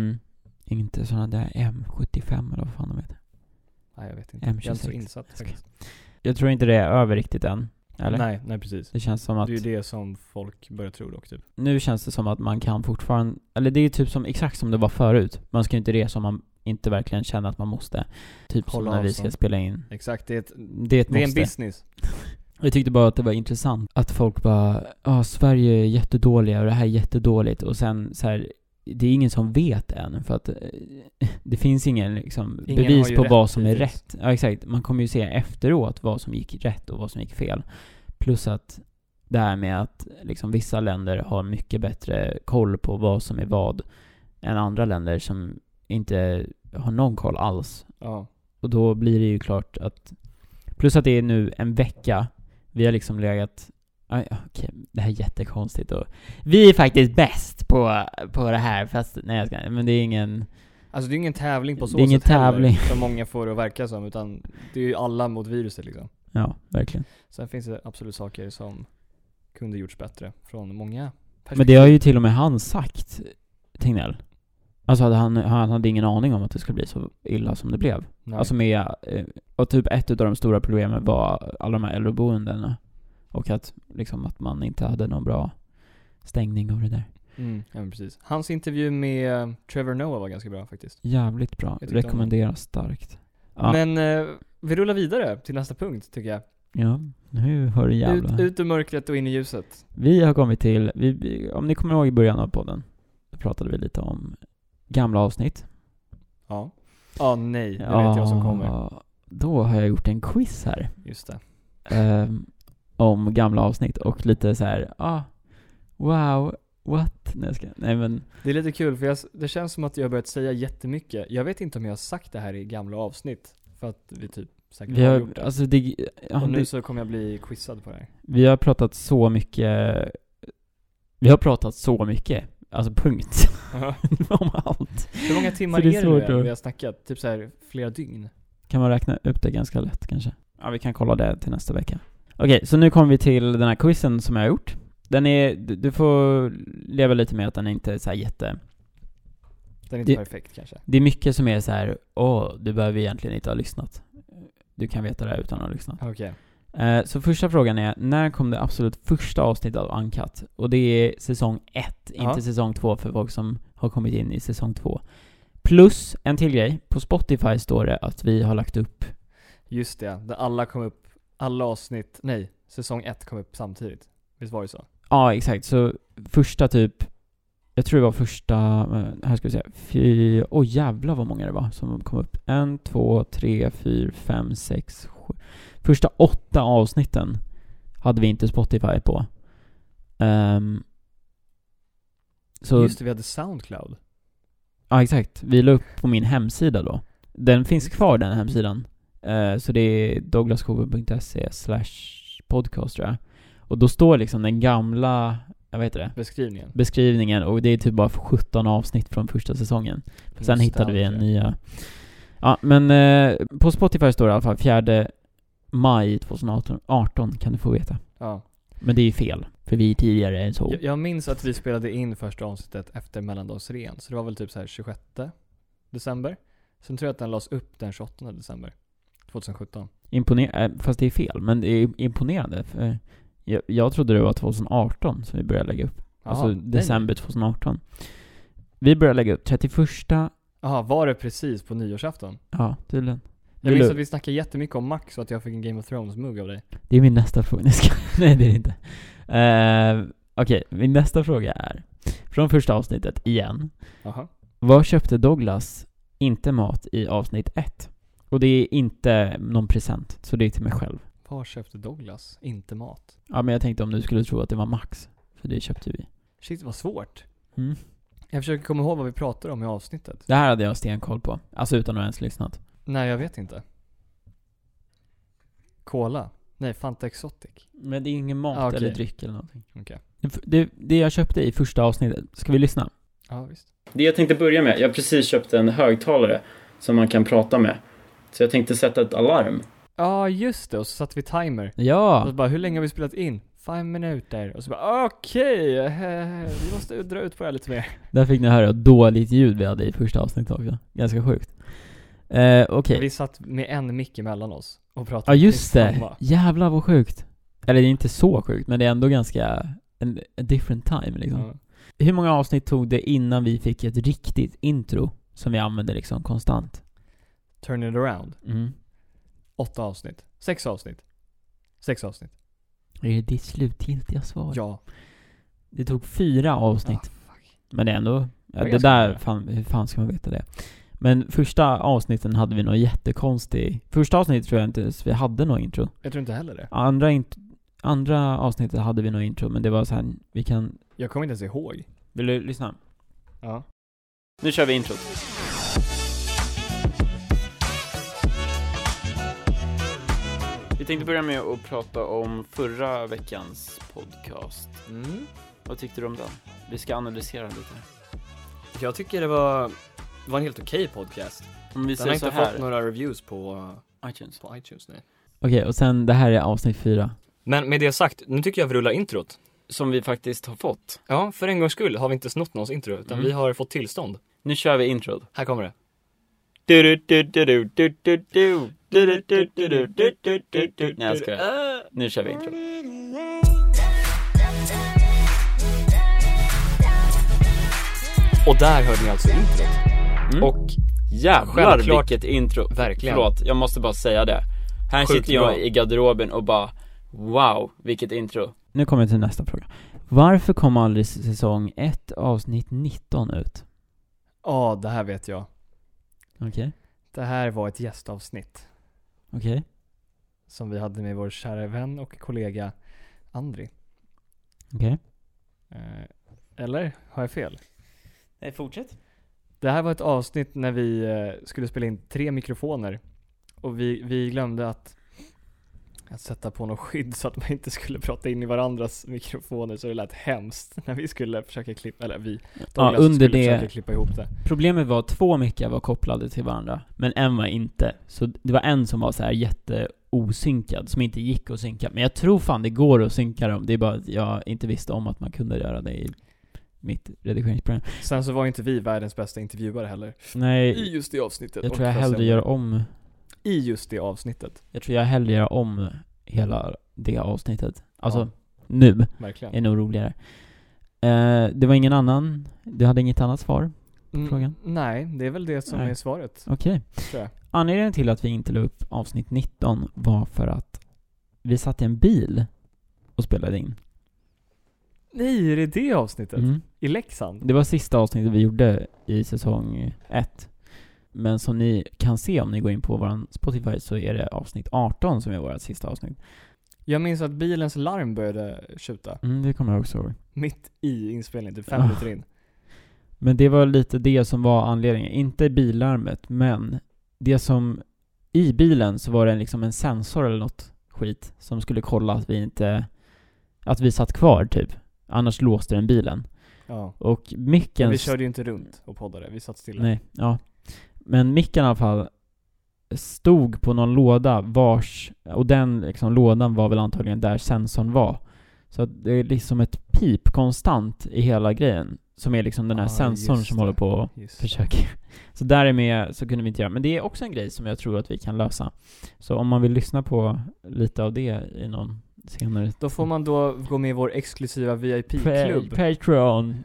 Inte sådana där M75 eller vad fan de heter. Nej, jag vet inte. M26. Jag är så insatt faktiskt. Jag tror inte det är över riktigt än. Eller? Nej, precis. Det känns som att... Det är ju det som folk börjar tro dock typ. Nu känns det som att man kan fortfarande... Eller det är typ som exakt som det var förut. Man ska ju inte resa om man inte verkligen känner att man måste. Typ som när vi ska spela in. Exakt, det är en business. Jag tyckte bara att det var intressant att folk bara, Sverige är jättedåliga och det här är jättedåligt. Och sen så här, det är ingen som vet än. För att det finns ingen liksom bevis på vad som är rätt. Ja, exakt. Man kommer ju se efteråt vad som gick rätt och vad som gick fel. Plus att det här med att liksom vissa länder har mycket bättre koll på vad som är vad än andra länder som inte har någon koll alls. Ja. Och då blir det ju klart att... Plus att det är nu en vecka. Vi har liksom legat... Okej, det här är jättekonstigt. Och vi är faktiskt bäst på det här. Fast, nej, men det är ingen... Alltså det är ingen tävling på så det är ingen sätt tävling. Heller, som många får att verka som. Utan det är ju alla mot viruset liksom. Ja, verkligen. Sen finns det absolut saker som kunde gjorts bättre från många perspektiv. Men det har ju till och med han sagt, Tegnell. Alltså han hade ingen aning om att det skulle bli så illa som det blev. Nej. Alltså med... Och typ ett av de stora problemen var alla de här äldreboendena. Och att liksom att man inte hade någon bra stängning av det där. Ja, men precis. Hans intervju med Trevor Noah var ganska bra faktiskt. Jävligt bra. Rekommenderas starkt. Ja. Men vi rullar vidare till nästa punkt tycker jag. Ja, nu hör det jävla. Ut ur mörkret och in i ljuset. Vi har kommit till... om ni kommer ihåg i början av podden, då pratade vi lite om gamla avsnitt. Ja. Nej, det vet jag som kommer. Då har jag gjort en quiz här. Just det. Om gamla avsnitt och lite så här, Wow, what? Nej men, Det är lite kul för det känns som att jag har börjat säga jättemycket. Jag vet inte om jag har sagt det här i gamla avsnitt. För att vi typ säkert vi har har, gjort det. alltså det, ja, och nu det, så kommer jag bli quizad på det här. vi har pratat så mycket. Vi har pratat så mycket. Alltså punkt. Om allt. Hur många timmar Så det är är svårt det nu att- vi har snackat? Typ så här flera dygn. Kan man räkna upp det ganska lätt kanske? Ja, vi kan kolla det till nästa vecka. Okej, så nu kommer vi till den här quizen som jag har gjort. Den är, du får leva lite med att den är inte så här jätte... Den är inte Det- perfekt kanske. Det är mycket som är så här: du behöver egentligen inte ha lyssnat. Du kan veta det här utan att ha lyssnat. Okej. Så första frågan är, när kom det absolut första avsnittet av Uncut? Och det är säsong 1, Ja. inte säsong 2 för folk som har kommit in i säsong 2. Plus, en till grej, på Spotify står det att vi har lagt upp... Just det, där alla kom upp, alla avsnitt, nej, säsong 1 kom upp samtidigt. Visst var det så? Ja, exakt. Så första typ... Jag tror det var första... Här ska vi se. Jävlar vad många det var som kom upp. 1, 2, 3, 4, 5, 6, 7... Första 8 avsnitten hade vi inte Spotify på. Så... Just det, vi hade Soundcloud. Ja, exakt. Vi la upp på min hemsida då. Den finns kvar, den hemsidan. Så det är douglaskover.se/podcast tror jag. Och då står liksom den gamla, jag vet det, beskrivningen. Och det är typ bara 17 avsnitt från första säsongen. Sen hittade vi en nya. Ja, men på Spotify står det i alla fall 4 maj 2018 kan du få veta. Ja. Men det är ju fel, för vi är tidigare än så. Jag minns att vi spelade in första avsnittet efter mellandagsrean. Så det var väl typ så här 26 december. Sen tror jag att den lades upp den 28 december 2017. Fast det är fel, men det är imponerande. För jag trodde det var 2018 som vi började lägga upp. Alltså december 2018. Vi började lägga upp 31. Jaha, var det precis på nyårsafton? Ja, tydligen. Jag minns att vi snackade jättemycket om Max och att jag fick en Game of Thrones-mugg av dig. Det är min nästa fråga. Nej, det är det inte. Okej, min nästa fråga är, från första avsnittet igen. Aha. Vad köpte Douglas inte mat i avsnitt 1? Och det är inte någon present, så det är till mig själv. Vad köpte Douglas? Inte mat. Ja, men jag tänkte om du skulle tro att det var Max. För det köpte vi. Shit, vad svårt. Mm. Jag försöker komma ihåg vad vi pratade om i avsnittet. Det här hade jag stenkoll på. Alltså utan att ens lyssnat. Nej, jag vet inte. Cola? Nej, Fanta Exotic. Men det är ingen mat okej. eller dryck eller någonting. Okej. Det jag köpte i första avsnittet. Ska vi lyssna? Ja, visst. Det jag tänkte börja med. Jag precis köpte en högtalare som man kan prata med. Så jag tänkte sätta ett alarm. Ja, just det. Och så satte vi timer. Ja. Och så bara, hur länge har vi spelat in? 5 minuter. Och så bara, okej, vi måste dra ut på det här lite mer. Där fick ni höra dåligt ljud vi hade i första avsnittet också. Ganska sjukt. Okej. Vi satt med en mick emellan oss och pratade. Ja, just det. samma. Jävlar vad sjukt. Eller det är inte så sjukt, men det är ändå ganska a different time liksom. Ja. Hur många avsnitt tog det innan vi fick ett riktigt intro som vi använde liksom konstant? Turn it around. 8 avsnitt. 6 avsnitt. 6 avsnitt. Är det ditt slutgiltiga svar? Ja. Det tog 4 avsnitt. Fuck. Men det är ändå... Ja, det ganska där, många. hur fan ska man veta det? Men första avsnitten hade vi nog jättekonstig... Första avsnittet tror jag inte vi hade något intro. Jag tror inte heller det. Andra avsnittet hade vi något intro, men det var så här, vi kan... Jag kommer inte ens ihåg. Vill du lyssna? Ja. Nu kör vi introt. Vi tänkte börja med att prata om förra veckans podcast. Vad tyckte du om den? Vi ska analysera lite. Jag tycker det var en helt okej podcast. Om vi Den har säger så inte här. fått några reviews på iTunes. nej. Okej, och sen det här är avsnitt 4. Men med det sagt, nu tycker jag vi rullar introt. Som vi faktiskt har fått. Ja, för en gångs skull har vi inte snott någons intro, utan vi har fått tillstånd. Nu kör vi introt. Här kommer det. Nej, jag skojar. Nu kör vi introt. Och där hörde ni alltså introt. Och jävlar självklart, vilket intro. Verkligen. Förlåt, jag måste bara säga det. Här Sjukt sitter jag bra. i garderoben och bara wow, vilket intro. Nu kommer jag till nästa fråga. Varför kom aldrig säsong 1 avsnitt 19 ut? Ja, det här vet jag. Okej. Det här var ett gästavsnitt Okej. som vi hade med vår kära vän och kollega Andri. Okej. Eller? Har jag fel? Nej, fortsätt. Det här var ett avsnitt när vi skulle spela in 3 mikrofoner. Och vi glömde att sätta på något skydd så att man inte skulle prata in i varandras mikrofoner, så det lät hemskt när vi skulle försöka klippa, eller under det försöka klippa ihop det. Problemet var 2 mickar var kopplade till varandra, men en var inte. Så det var en som var så här jätteosynkad, som inte gick att synka. Men jag tror fan det går att synka dem. Det är bara att jag inte visste om att man kunde göra det i mitt redigeringsprogram. Sen så var inte vi världens bästa intervjuare heller. Nej, I just det avsnittet. jag tror jag hellre gör om. I just det avsnittet. Jag tror jag hellre gör om hela det avsnittet. Alltså, Ja. nu Verkligen. är nog roligare. Det var ingen annan. Du hade inget annat svar på frågan? Nej, det är väl det som är svaret. Okej. Tror jag. Anledningen till att vi inte la upp avsnitt 19 var för att vi satt i en bil och spelade in. Nej, är det avsnittet? I Leksand? Det var sista avsnittet vi gjorde i säsong 1. Men som ni kan se om ni går in på vår Spotify, så är det avsnitt 18 som är vårt sista avsnitt. Jag minns att bilens larm började tjuta. Det kommer jag också ihåg. Mitt i inspelningen, typ 5 minuter in. Men det var lite det som var anledningen. Inte billarmet, men det som i bilen, så var det liksom en sensor eller något skit som skulle kolla att vi satt kvar typ. Annars låste den bilen. Ja. Och micken... Men vi körde ju inte runt och poddade, vi satt stilla. Nej, ja. Men micken i alla fall stod på någon låda och den liksom, lådan var väl antagligen där sensorn var. Så att det är liksom ett pip konstant i hela grejen, som är liksom den här sensorn som håller på och försöker. Så där är med, så kunde vi inte göra. Men det är också en grej som jag tror att vi kan lösa. Så om man vill lyssna på lite av det i någon senare... Då får man då gå med i vår exklusiva VIP-klubb. Patreon.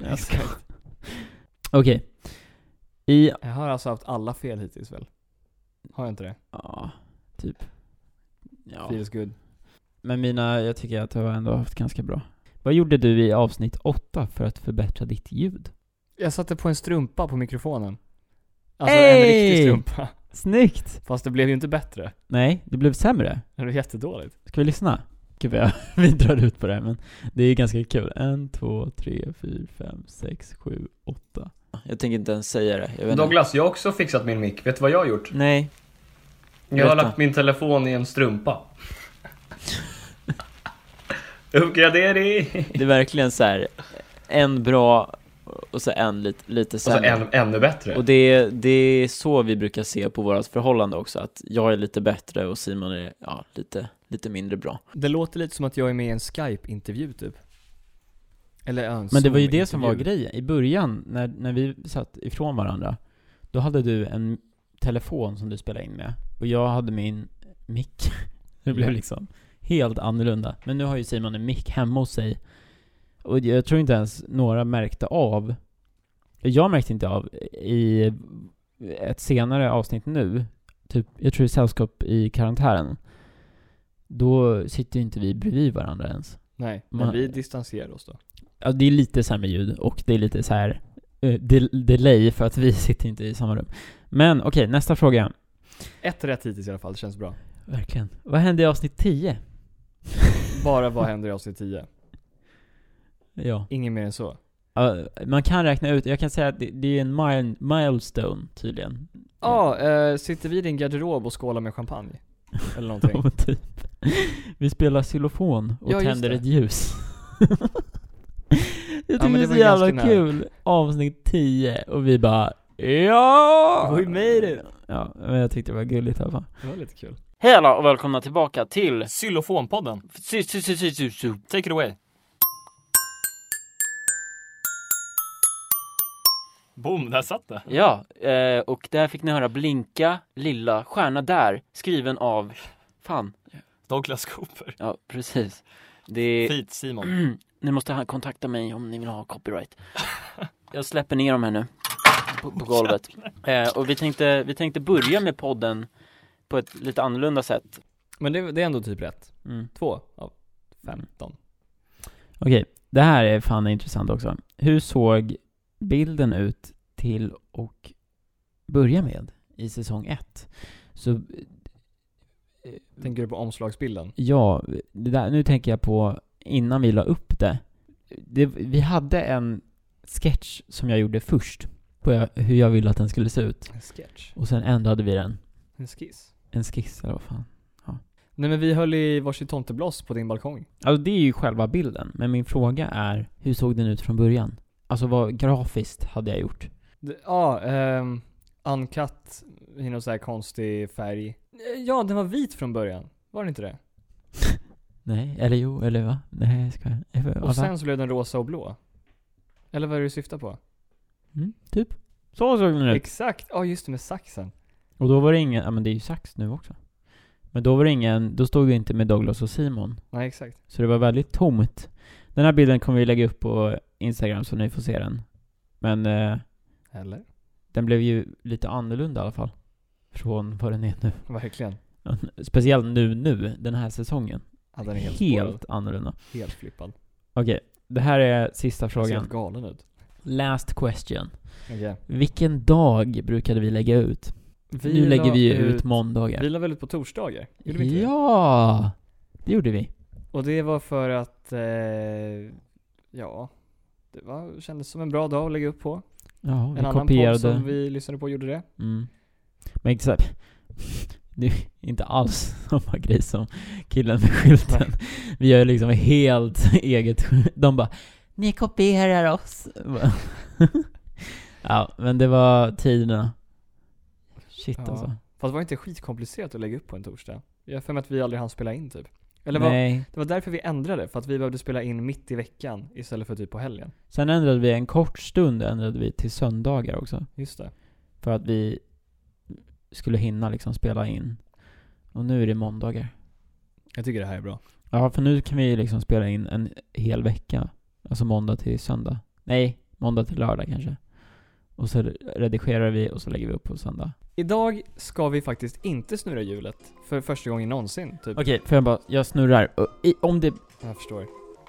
Okej. Jag har alltså haft alla fel hittills väl? Har jag inte det? Ja, typ. Ja. Feels good. Men jag tycker att jag har ändå haft ganska bra. Vad gjorde du i avsnitt 8 för att förbättra ditt ljud? Jag satte på en strumpa på mikrofonen. Alltså en riktig strumpa. Snyggt! Fast det blev ju inte bättre. Nej, det blev sämre. Det blev jättedåligt. Ska vi lyssna? Gud, vi drar ut på det här, men det är ganska kul. 1, 2, 3, 4, 5, 6, 7, 8. Jag tänker inte ens säga det. Douglas, jag har också fixat min mic. Vet du vad jag har gjort? Nej. Jag har lagt min telefon i en strumpa. Uppgradering! Det är verkligen så här, en bra och så en lite sämre. Och så ännu bättre. Och det är så vi brukar se på vårat förhållande också, att jag är lite bättre och Simon är lite mindre bra. Det låter lite som att jag är med i en Skype-intervju typ. Eller men det var ju det som var grejen. I början, när vi satt ifrån varandra, då hade du en telefon som du spelade in med. Och jag hade min mic. Det blev liksom helt annorlunda. Men nu har ju Simon en mic hemma hos sig. Och jag tror inte ens några märkte av. Jag märkte inte av i ett senare avsnitt nu. Typ, jag tror det är sällskap i karantären. Då sitter inte vi bredvid varandra ens. Nej, men vi distanserar oss då. Ja, det är lite sämre ljud och det är lite så här delay för att vi sitter inte i samma rum. Men okej, nästa fråga. 1 rätt hittills i alla fall, det känns bra. Verkligen. Vad hände i avsnitt 10? Bara vad händer i avsnitt 10? Ja. Ingen mer än så. Man kan räkna ut, jag kan säga att det är en milestone tydligen. Sitter vi i din garderob och skålar med champagne? Eller någonting. Typ. Vi spelar xylofon och tänder ett ljus. Jag tycker det är så jävla kul. Avsnitt 10 och vi bara we made it. Ja, men jag tyckte det var gulligt i alla fall. Det var lite kul. Hej alla och välkomna tillbaka till Xylofonpodden. Take it away. Boom, där satt det. Ja, och där fick ni höra Blinka, lilla stjärna där, skriven av Douglas Cooper. Ja, precis. Det är Fint Simon. Ni måste kontakta mig om ni vill ha copyright. Jag släpper ner dem här nu på golvet. Och vi tänkte börja med podden på ett lite annorlunda sätt. Men det är ändå typ rätt. 2 av 15. Okej, det här är fan intressant också. Hur såg bilden ut till och börja med i säsong 1? Så tänker du på omslagsbilden? Ja, nu tänker jag på innan vi la upp det. vi hade en sketch som jag gjorde först på hur jag ville att den skulle se ut. En sketch? Och sen ändrade vi den. En skiss? En skiss eller vad fan. Ja. Nej, men vi höll i varsitt tomtebloss på din balkong. Alltså det är ju själva bilden. Men min fråga är, hur såg den ut från början? Alltså vad grafiskt hade jag gjort? Uncut i någon så här konstig färg. Ja, den var vit från början. Var det inte det? Nej, eller jo, eller va? Nej, ska jag. Och sen så blev den rosa och blå. Eller vad är det du syftar på? Typ. Så såg den ut. Exakt. Ja, just det, med saxen. Och då var det ingen, ja men det är ju sax nu också. Men då var det ingen, då stod det inte med Douglas och Simon. Nej, exakt. Så det var väldigt tomt. Den här bilden kommer vi lägga upp på Instagram så ni får se den. Men Eller? den blev ju lite annorlunda i alla fall. Från vad den är nu. Verkligen. Speciellt nu, den här säsongen. Ja, den är helt annorlunda. Helt flippad. Okej, det här är sista Den ser frågan. helt galen ut. Last question. Okay. Vilken dag brukade vi lägga ut? Nu lägger vi ut måndagar. Vi la väl ut på torsdagar? Gjorde vi inte Ja, det gjorde vi. Och det var för att kändes som en bra dag att lägga upp på. Ja, vi en annan kopierade. podd som vi lyssnade på gjorde det. Men exakt. Det är inte alls samma grej som killen med skylten. Vi gör liksom helt eget. De bara, ni kopierar oss. Ja, men det var tiderna. Shit alltså. Fast det var inte skitkomplicerat att lägga upp på en torsdag. Jag har för mig att vi aldrig hann spela in typ. Eller det var därför vi ändrade. För att vi behövde spela in mitt i veckan istället för typ på helgen. Sen ändrade vi en kort stund till söndagar också. Just det. För att vi skulle hinna liksom spela in. Och nu är det måndagar. Jag tycker det här är bra. Ja, för nu kan vi liksom spela in en hel vecka. Alltså måndag till söndag. Nej, måndag till lördag kanske. Och så redigerar vi och så lägger vi upp på söndag. Idag ska vi faktiskt inte snurra hjulet för första gången någonsin typ. Okej, för jag snurrar. Om det... Jag förstår.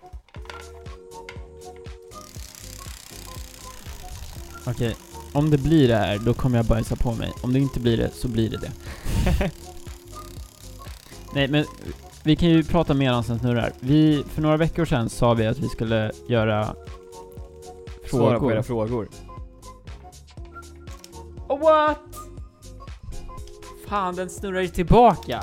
Okej, om det blir det här, då kommer jag bajsa på mig. Om det inte blir det, så blir det det. Nej, men vi kan ju prata mer om sen snurrar. För några veckor sedan sa vi att vi skulle göra frågor. Svara på era frågor. Oh, what? Fan, den snurrar ju tillbaka.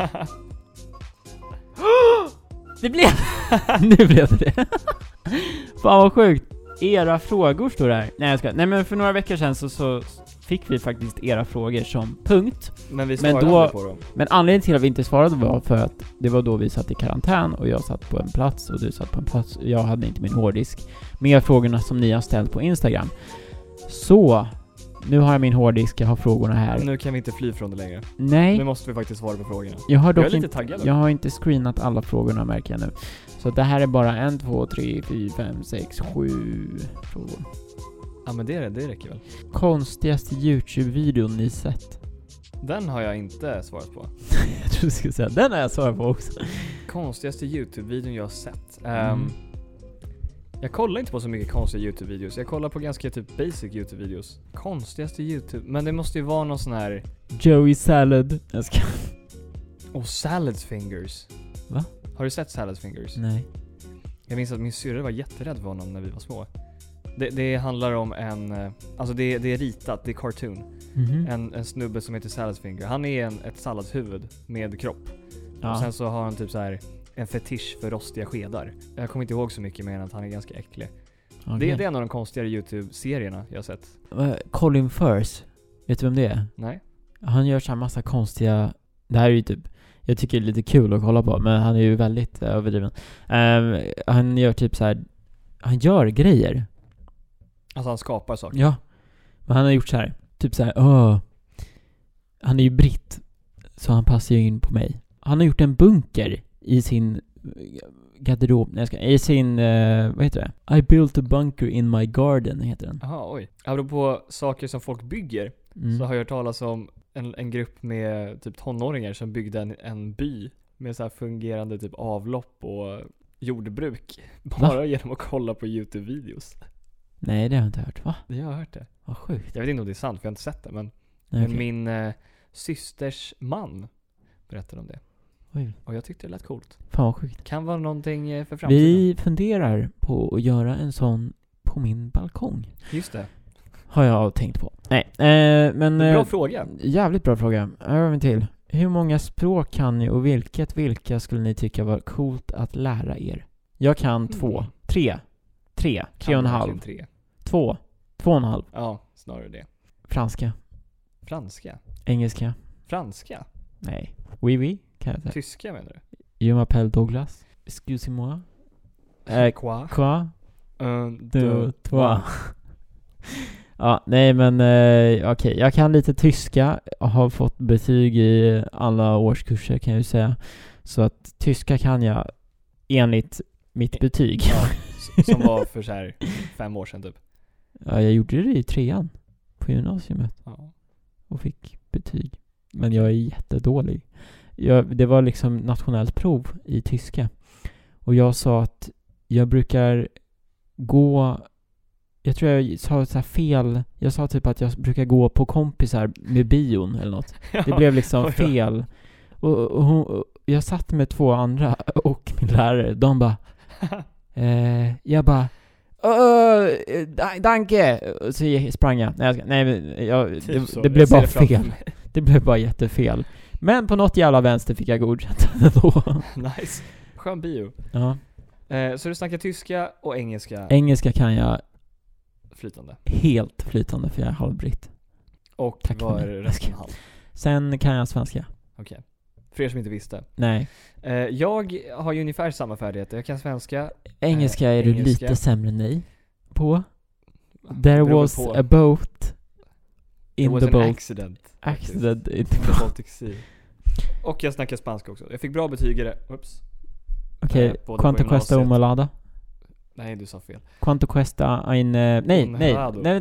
Det blev... Nu blev det. Fan vad sjukt. Era frågor står där. Nej men för några veckor sedan så fick vi faktiskt era frågor som punkt. Men vi svarade aldrig på dem. Men anledningen till att vi inte svarade var för att det var då vi satt i karantän och jag satt på en plats och du satt på en plats och jag hade inte min hårddisk med frågorna som ni har ställt på Instagram. Så nu har jag min hårddisk, jag har frågorna här. Nu kan vi inte fly från det längre. Nej. Nu måste vi faktiskt svara på frågorna. Jag är lite taggad. Jag har inte screenat alla frågorna märker jag nu. Så det här är bara 1, 2, 3, 4, 5, 6, 7 frågor. Ja men det räcker väl. Konstigaste YouTube-videon ni sett? Den har jag inte svarat på. Jag tror du skulle säga, den har jag svarat på också. Konstigaste YouTube-videon jag har sett. Jag kollar inte på så mycket konstiga YouTube-videos. Jag kollar på ganska typ basic YouTube-videos. Konstigaste YouTube. Men det måste ju vara någon sån här... Joey Salad. Jag ska... Salad Fingers. Va? Har du sett Salad Fingers? Nej. Jag minns att min syrra var jätterädd för honom när vi var små. Det handlar om en... Alltså det är ritat, det är cartoon. En snubbe som heter Salad Finger. Han är ett salladshuvud med kropp. Ja. Och sen så har han typ så här en fetisch för rostiga skedar. Jag kommer inte ihåg så mycket mer än att han är ganska äcklig. Okay. Det är en av de konstigare YouTube-serierna jag har sett. Colin Firth. Vet du vem det är? Nej. Han gör så här massa konstiga... Det här är ju typ... Jag tycker det är lite kul att kolla på. Men han är ju väldigt överdriven. Han gör typ så här... Han gör grejer. Alltså han skapar saker. Ja. Men han har gjort så här. Typ så här... Han är ju britt. Så han passar ju in på mig. Han har gjort en bunker i sin garderob. I sin... vad heter det? I built a bunker in my garden heter den. Jaha, oj. Apropå saker som folk bygger. Så har jag hört talas om en grupp med typ tonåringar som byggde en by med så här fungerande typ avlopp och jordbruk. Bara genom att kolla på YouTube-videos. Nej, det har jag inte hört. Va? Jag har hört det. Vad sjukt. Jag vet inte om det är sant, för jag har inte sett det. Men, Nej, men min systers man berättade om det. Oj. Och jag tyckte det lät coolt. Fan vad sjukt. Kan vara någonting för framtiden. Vi funderar på att göra en sån på min balkong. Just det. Har jag tänkt på. Nej, men... Bra fråga. Jävligt bra fråga. Här har vi en till. Hur många språk kan ni och vilka skulle ni tycka var coolt att lära er? Jag kan 2. 3 och en halv. 2 och en halv. Ja, snarare det. Franska. Engelska. Franska? Nej. Oui, kan jag säga. Tyska menar du? Je m'appelle Douglas. Excusez-moi. Quoi? Un, deux, trois. Ja, nej men okej. Jag kan lite tyska och har fått betyg i alla årskurser kan jag ju säga. Så att tyska kan jag enligt mitt betyg. Ja, som var för så här 5 år sedan typ. Ja, jag gjorde det i 3:an på gymnasiet. Ja. Och fick betyg. Men jag är jättedålig. Det var liksom nationellt prov i tyska. Och jag sa att jag brukar gå... Jag tror jag sa så här fel. Jag sa typ att jag brukar gå på kompisar med bion eller något. Det blev liksom fel. Och jag satt med 2 andra och min lärare. De bara... jag bara... danke! Och så sprang jag. Det blev bara fel. Det blev bara jättefel. Men på något jävla vänster fick jag godkänt då. Nice. Skön bio. Ja. Så du snackar tyska och engelska? Engelska kan jag flytande. Helt flytande för jag är halvbritt. Och vad är resten halv? Sen kan jag svenska. Okej. För er som inte visste. Nej. Jag har ju ungefär samma färdigheter. Jag kan svenska. Engelska är du lite sämre än mig på. There was a boat in the boat. Accident in the Baltic Sea. Och jag snackar spanska också. Jag fick bra betyg i det. Okej, quanto cuesta un malada? Nej, du sa fel. Quanto cuesta en... Nej,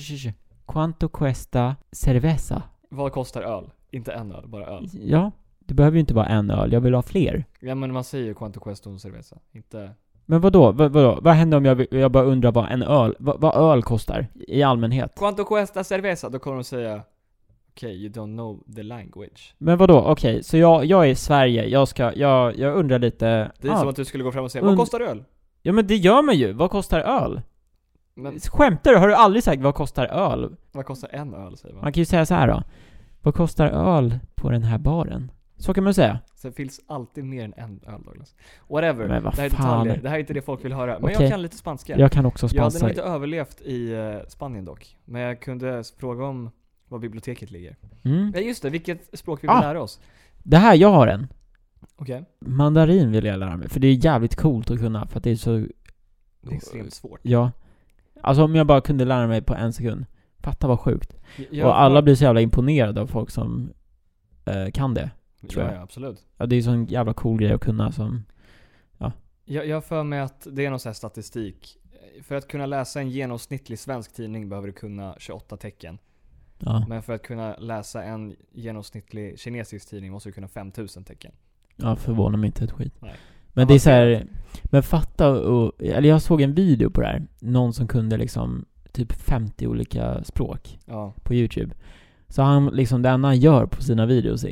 quanto cuesta cerveza? Vad kostar öl? Inte en öl, bara öl. Ja, det behöver ju inte vara en öl. Jag vill ha fler. Ja, men man säger ju quanto cuesta un cerveza. Inte... Men vadå? Vad händer om jag bara undrar vad en öl... Vad öl kostar i allmänhet? Quanto cuesta cerveza? Då kommer de säga... Okay, you don't know the language. Men vadå? Okej, så jag är i Sverige. Jag undrar lite... Det är som att du skulle gå fram och säga, vad kostar öl? Ja, men det gör man ju. Vad kostar öl? Men... Skämtar du? Har du aldrig sagt vad kostar öl? Vad kostar en öl, säger man. Man kan ju säga så här då. Vad kostar öl på den här baren? Så kan man säga. Så det finns alltid mer än en öl, Douglas. Whatever. Men vad det här är fan. detaljer. Det här är inte det folk vill höra. Men okay. jag kan lite spanska. Jag kan också spanska. Jag hade nog inte överlevt i Spanien dock. Men jag kunde fråga om var biblioteket ligger. Ja, just det. Vilket språk vi vill lära oss. Det här, jag har en. Okej. Mandarin vill jag lära mig. För det är jävligt coolt att kunna. För att det är så... Det är extremt svårt. Ja. Alltså om jag bara kunde lära mig på 1 sekund. Fatta vad sjukt. Och alla blir så jävla imponerade av folk som kan det. Tror jag. Ja, absolut. Ja, det är så en jävla cool grej att kunna som... Ja. Jag för mig att det är någon sån här statistik. För att kunna läsa en genomsnittlig svensk tidning behöver du kunna 28 tecken. Ja. Men för att kunna läsa en genomsnittlig kinesisk tidning måste du kunna 5000 tecken. Ja, förvånar mig inte ett skit. Nej. Men det är så här, men fatta eller jag såg en video på det här. Någon som kunde liksom typ 50 olika språk på YouTube. Så han liksom, det enda han gör på sina videos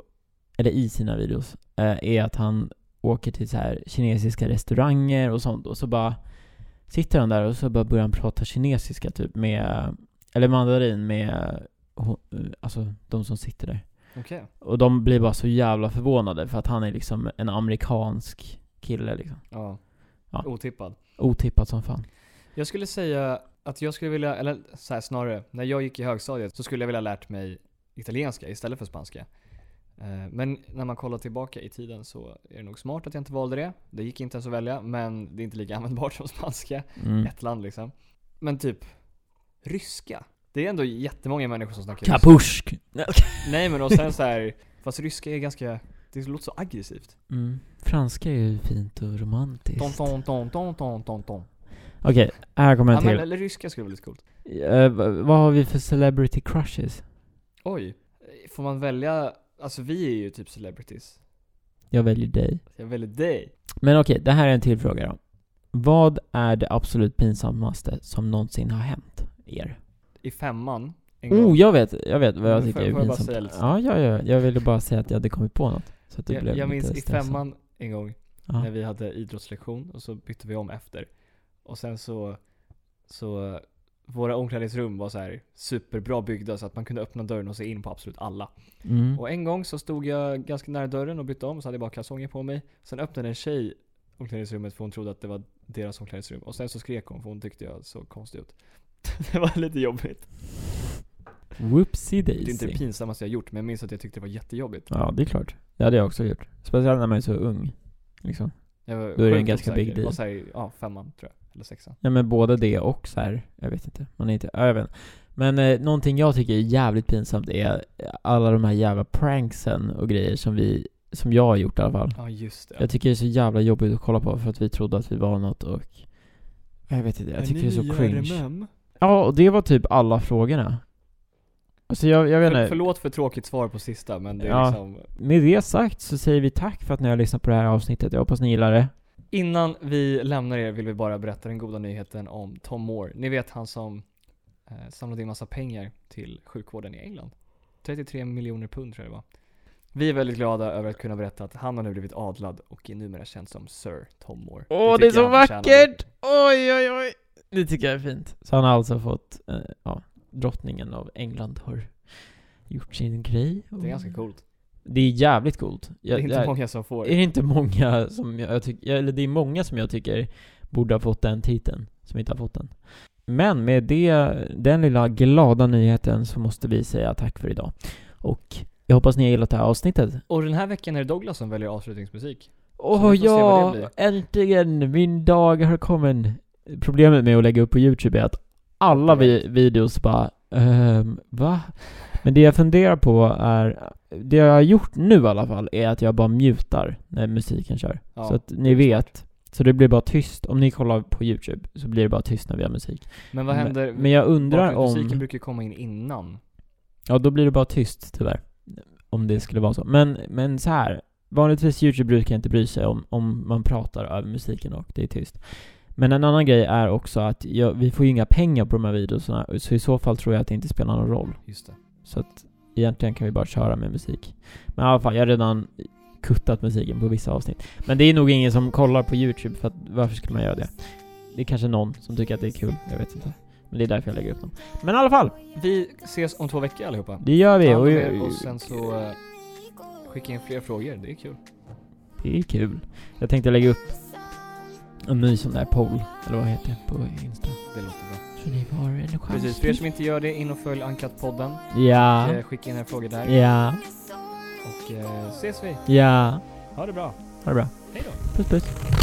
i sina videos är att han åker till så här kinesiska restauranger och sånt, och så bara sitter han där och så bara börjar han prata kinesiska typ med, eller mandarin med alltså de som sitter där. Okay. Och de blir bara så jävla förvånade för att han är liksom en amerikansk kille liksom. Ja. Otippad som fan. Jag skulle säga att jag skulle vilja, eller så här, snarare, när jag gick i högstadiet så skulle jag vilja lärt mig italienska istället för spanska. Men när man kollar tillbaka i tiden så är det nog smart att jag inte valde det. Det gick inte ens att välja, men det är inte lika användbart som spanska. Ett land liksom. Men typ ryska. Det är ändå jättemånga människor som snackar Kapusk. Nej, men och sen så här, fast ryska är ganska, det låter så aggressivt. Franska är ju fint och romantiskt. Ton. Okej, här kommer en till. Eller ryska skulle vara lite coolt. Vad har vi för celebrity crushes? Oj, får man välja? Alltså vi är ju typ celebrities. Jag väljer dig. Jag väljer dig. Men okej, det här är en till fråga då. Vad är det absolut pinsammaste som någonsin har hänt er? I 5:an. Jag vet vad jag tycker är pinsamt. Bara Ja, jag ville bara säga att jag hade kommit på något Så att det blev Jag minns lite i stressande. 5:an en gång när vi hade idrottslektion och så bytte vi om efter. Och sen så våra omklädningsrum var så här superbra byggda så att man kunde öppna dörren och se in på absolut alla. Och en gång så stod jag ganska nära dörren och bytte om, så hade jag bara kalsonger på mig. Sen öppnade en tjej omklädningsrummet för hon trodde att det var deras omklädningsrum. Och sen så skrek hon för hon tyckte jag så konstig ut. Det var lite jobbigt. Whoopsie daisy. Det är inte det pinsammaste jag gjort, men jag minns att jag tyckte det var jättejobbigt. Ja, det är klart. Det hade jag också gjort. Speciellt när man är så ung. Liksom. Jag var Då är det en sjukt ganska osäker. big Det var deal. så här, ja, 5:an tror jag. Eller 6:an. Ja, men både det och så här, jag vet inte. Man är inte, jag vet inte. Men någonting jag tycker är jävligt pinsamt är alla de här jävla pranksen och grejer som jag har gjort i alla fall. Ja, just det. Jag tycker det är så jävla jobbigt att kolla på för att vi trodde att vi var något och jag vet inte, jag tycker det är så cringe. Ja, och det var typ alla frågorna. Alltså jag vet inte. Förlåt för tråkigt svar på sista, men det är Ja. liksom... Med det sagt så säger vi tack för att ni har lyssnat på det här avsnittet. Jag hoppas ni gillar det. Innan vi lämnar er vill vi bara berätta den goda nyheten om Tom Moore. Ni vet han som samlade in massa pengar till sjukvården i England. 33 miljoner pund tror jag det var. Vi är väldigt glada över att kunna berätta att han har nu blivit adlad och är numera känd som Sir Tom Moore. Åh, det är så vackert! Oj, oj, oj. Det tycker jag är fint. Så han har alltså fått, drottningen av England har gjort sin grej. Det är ganska coolt. Det är jävligt coolt. Det är inte många som får. Är det inte många som jag tycker, eller det är många som jag tycker borde ha fått den titeln, som inte har fått den. Men med den lilla glada nyheten så måste vi säga tack för idag. Och jag hoppas ni har gillat det här avsnittet. Och den här veckan är det Douglas som väljer avslutningsmusik. Åh ja, äntligen! Min dag har kommit. Problemet med att lägga upp på YouTube är att alla videos bara, va? Men det jag funderar på är, det jag har gjort nu i alla fall är att jag bara mutar när musiken kör. Ja, så att ni vet. Så det blir bara tyst. Om ni kollar på YouTube så blir det bara tyst när vi har musik. Men vad händer? Men jag undrar om... musiken brukar komma in innan. Ja, då blir det bara tyst tyvärr. Om det skulle vara så. Men så här. Vanligtvis YouTube brukar inte bry sig om man pratar över musiken och det är tyst. Men en annan grej är också att vi får ju inga pengar på de här videorna. Så i så fall tror jag att det inte spelar någon roll. Just det. Så att egentligen kan vi bara köra med musik. Men i alla fall, jag har redan kuttat musiken på vissa avsnitt. Men det är nog ingen som kollar på YouTube, för att varför skulle man göra det? Det är kanske någon som tycker att det är kul, jag vet inte. Men det är därför jag lägger upp dem. Men i alla fall, vi ses om 2 veckor allihopa. Det gör vi. Och sen så skicka in fler frågor, det är kul. Det är kul. Jag tänkte lägga upp en ny sån där poll, eller vad heter det, på Insta. Det låter bra. Så ni har en chans. Precis, för er som inte gör det, in och följ Uncut-podden. Ja. Skicka in era frågor där. Ja. Och ses vi. Ja. Ha det bra. Ha det bra. Hej då. Puss puss.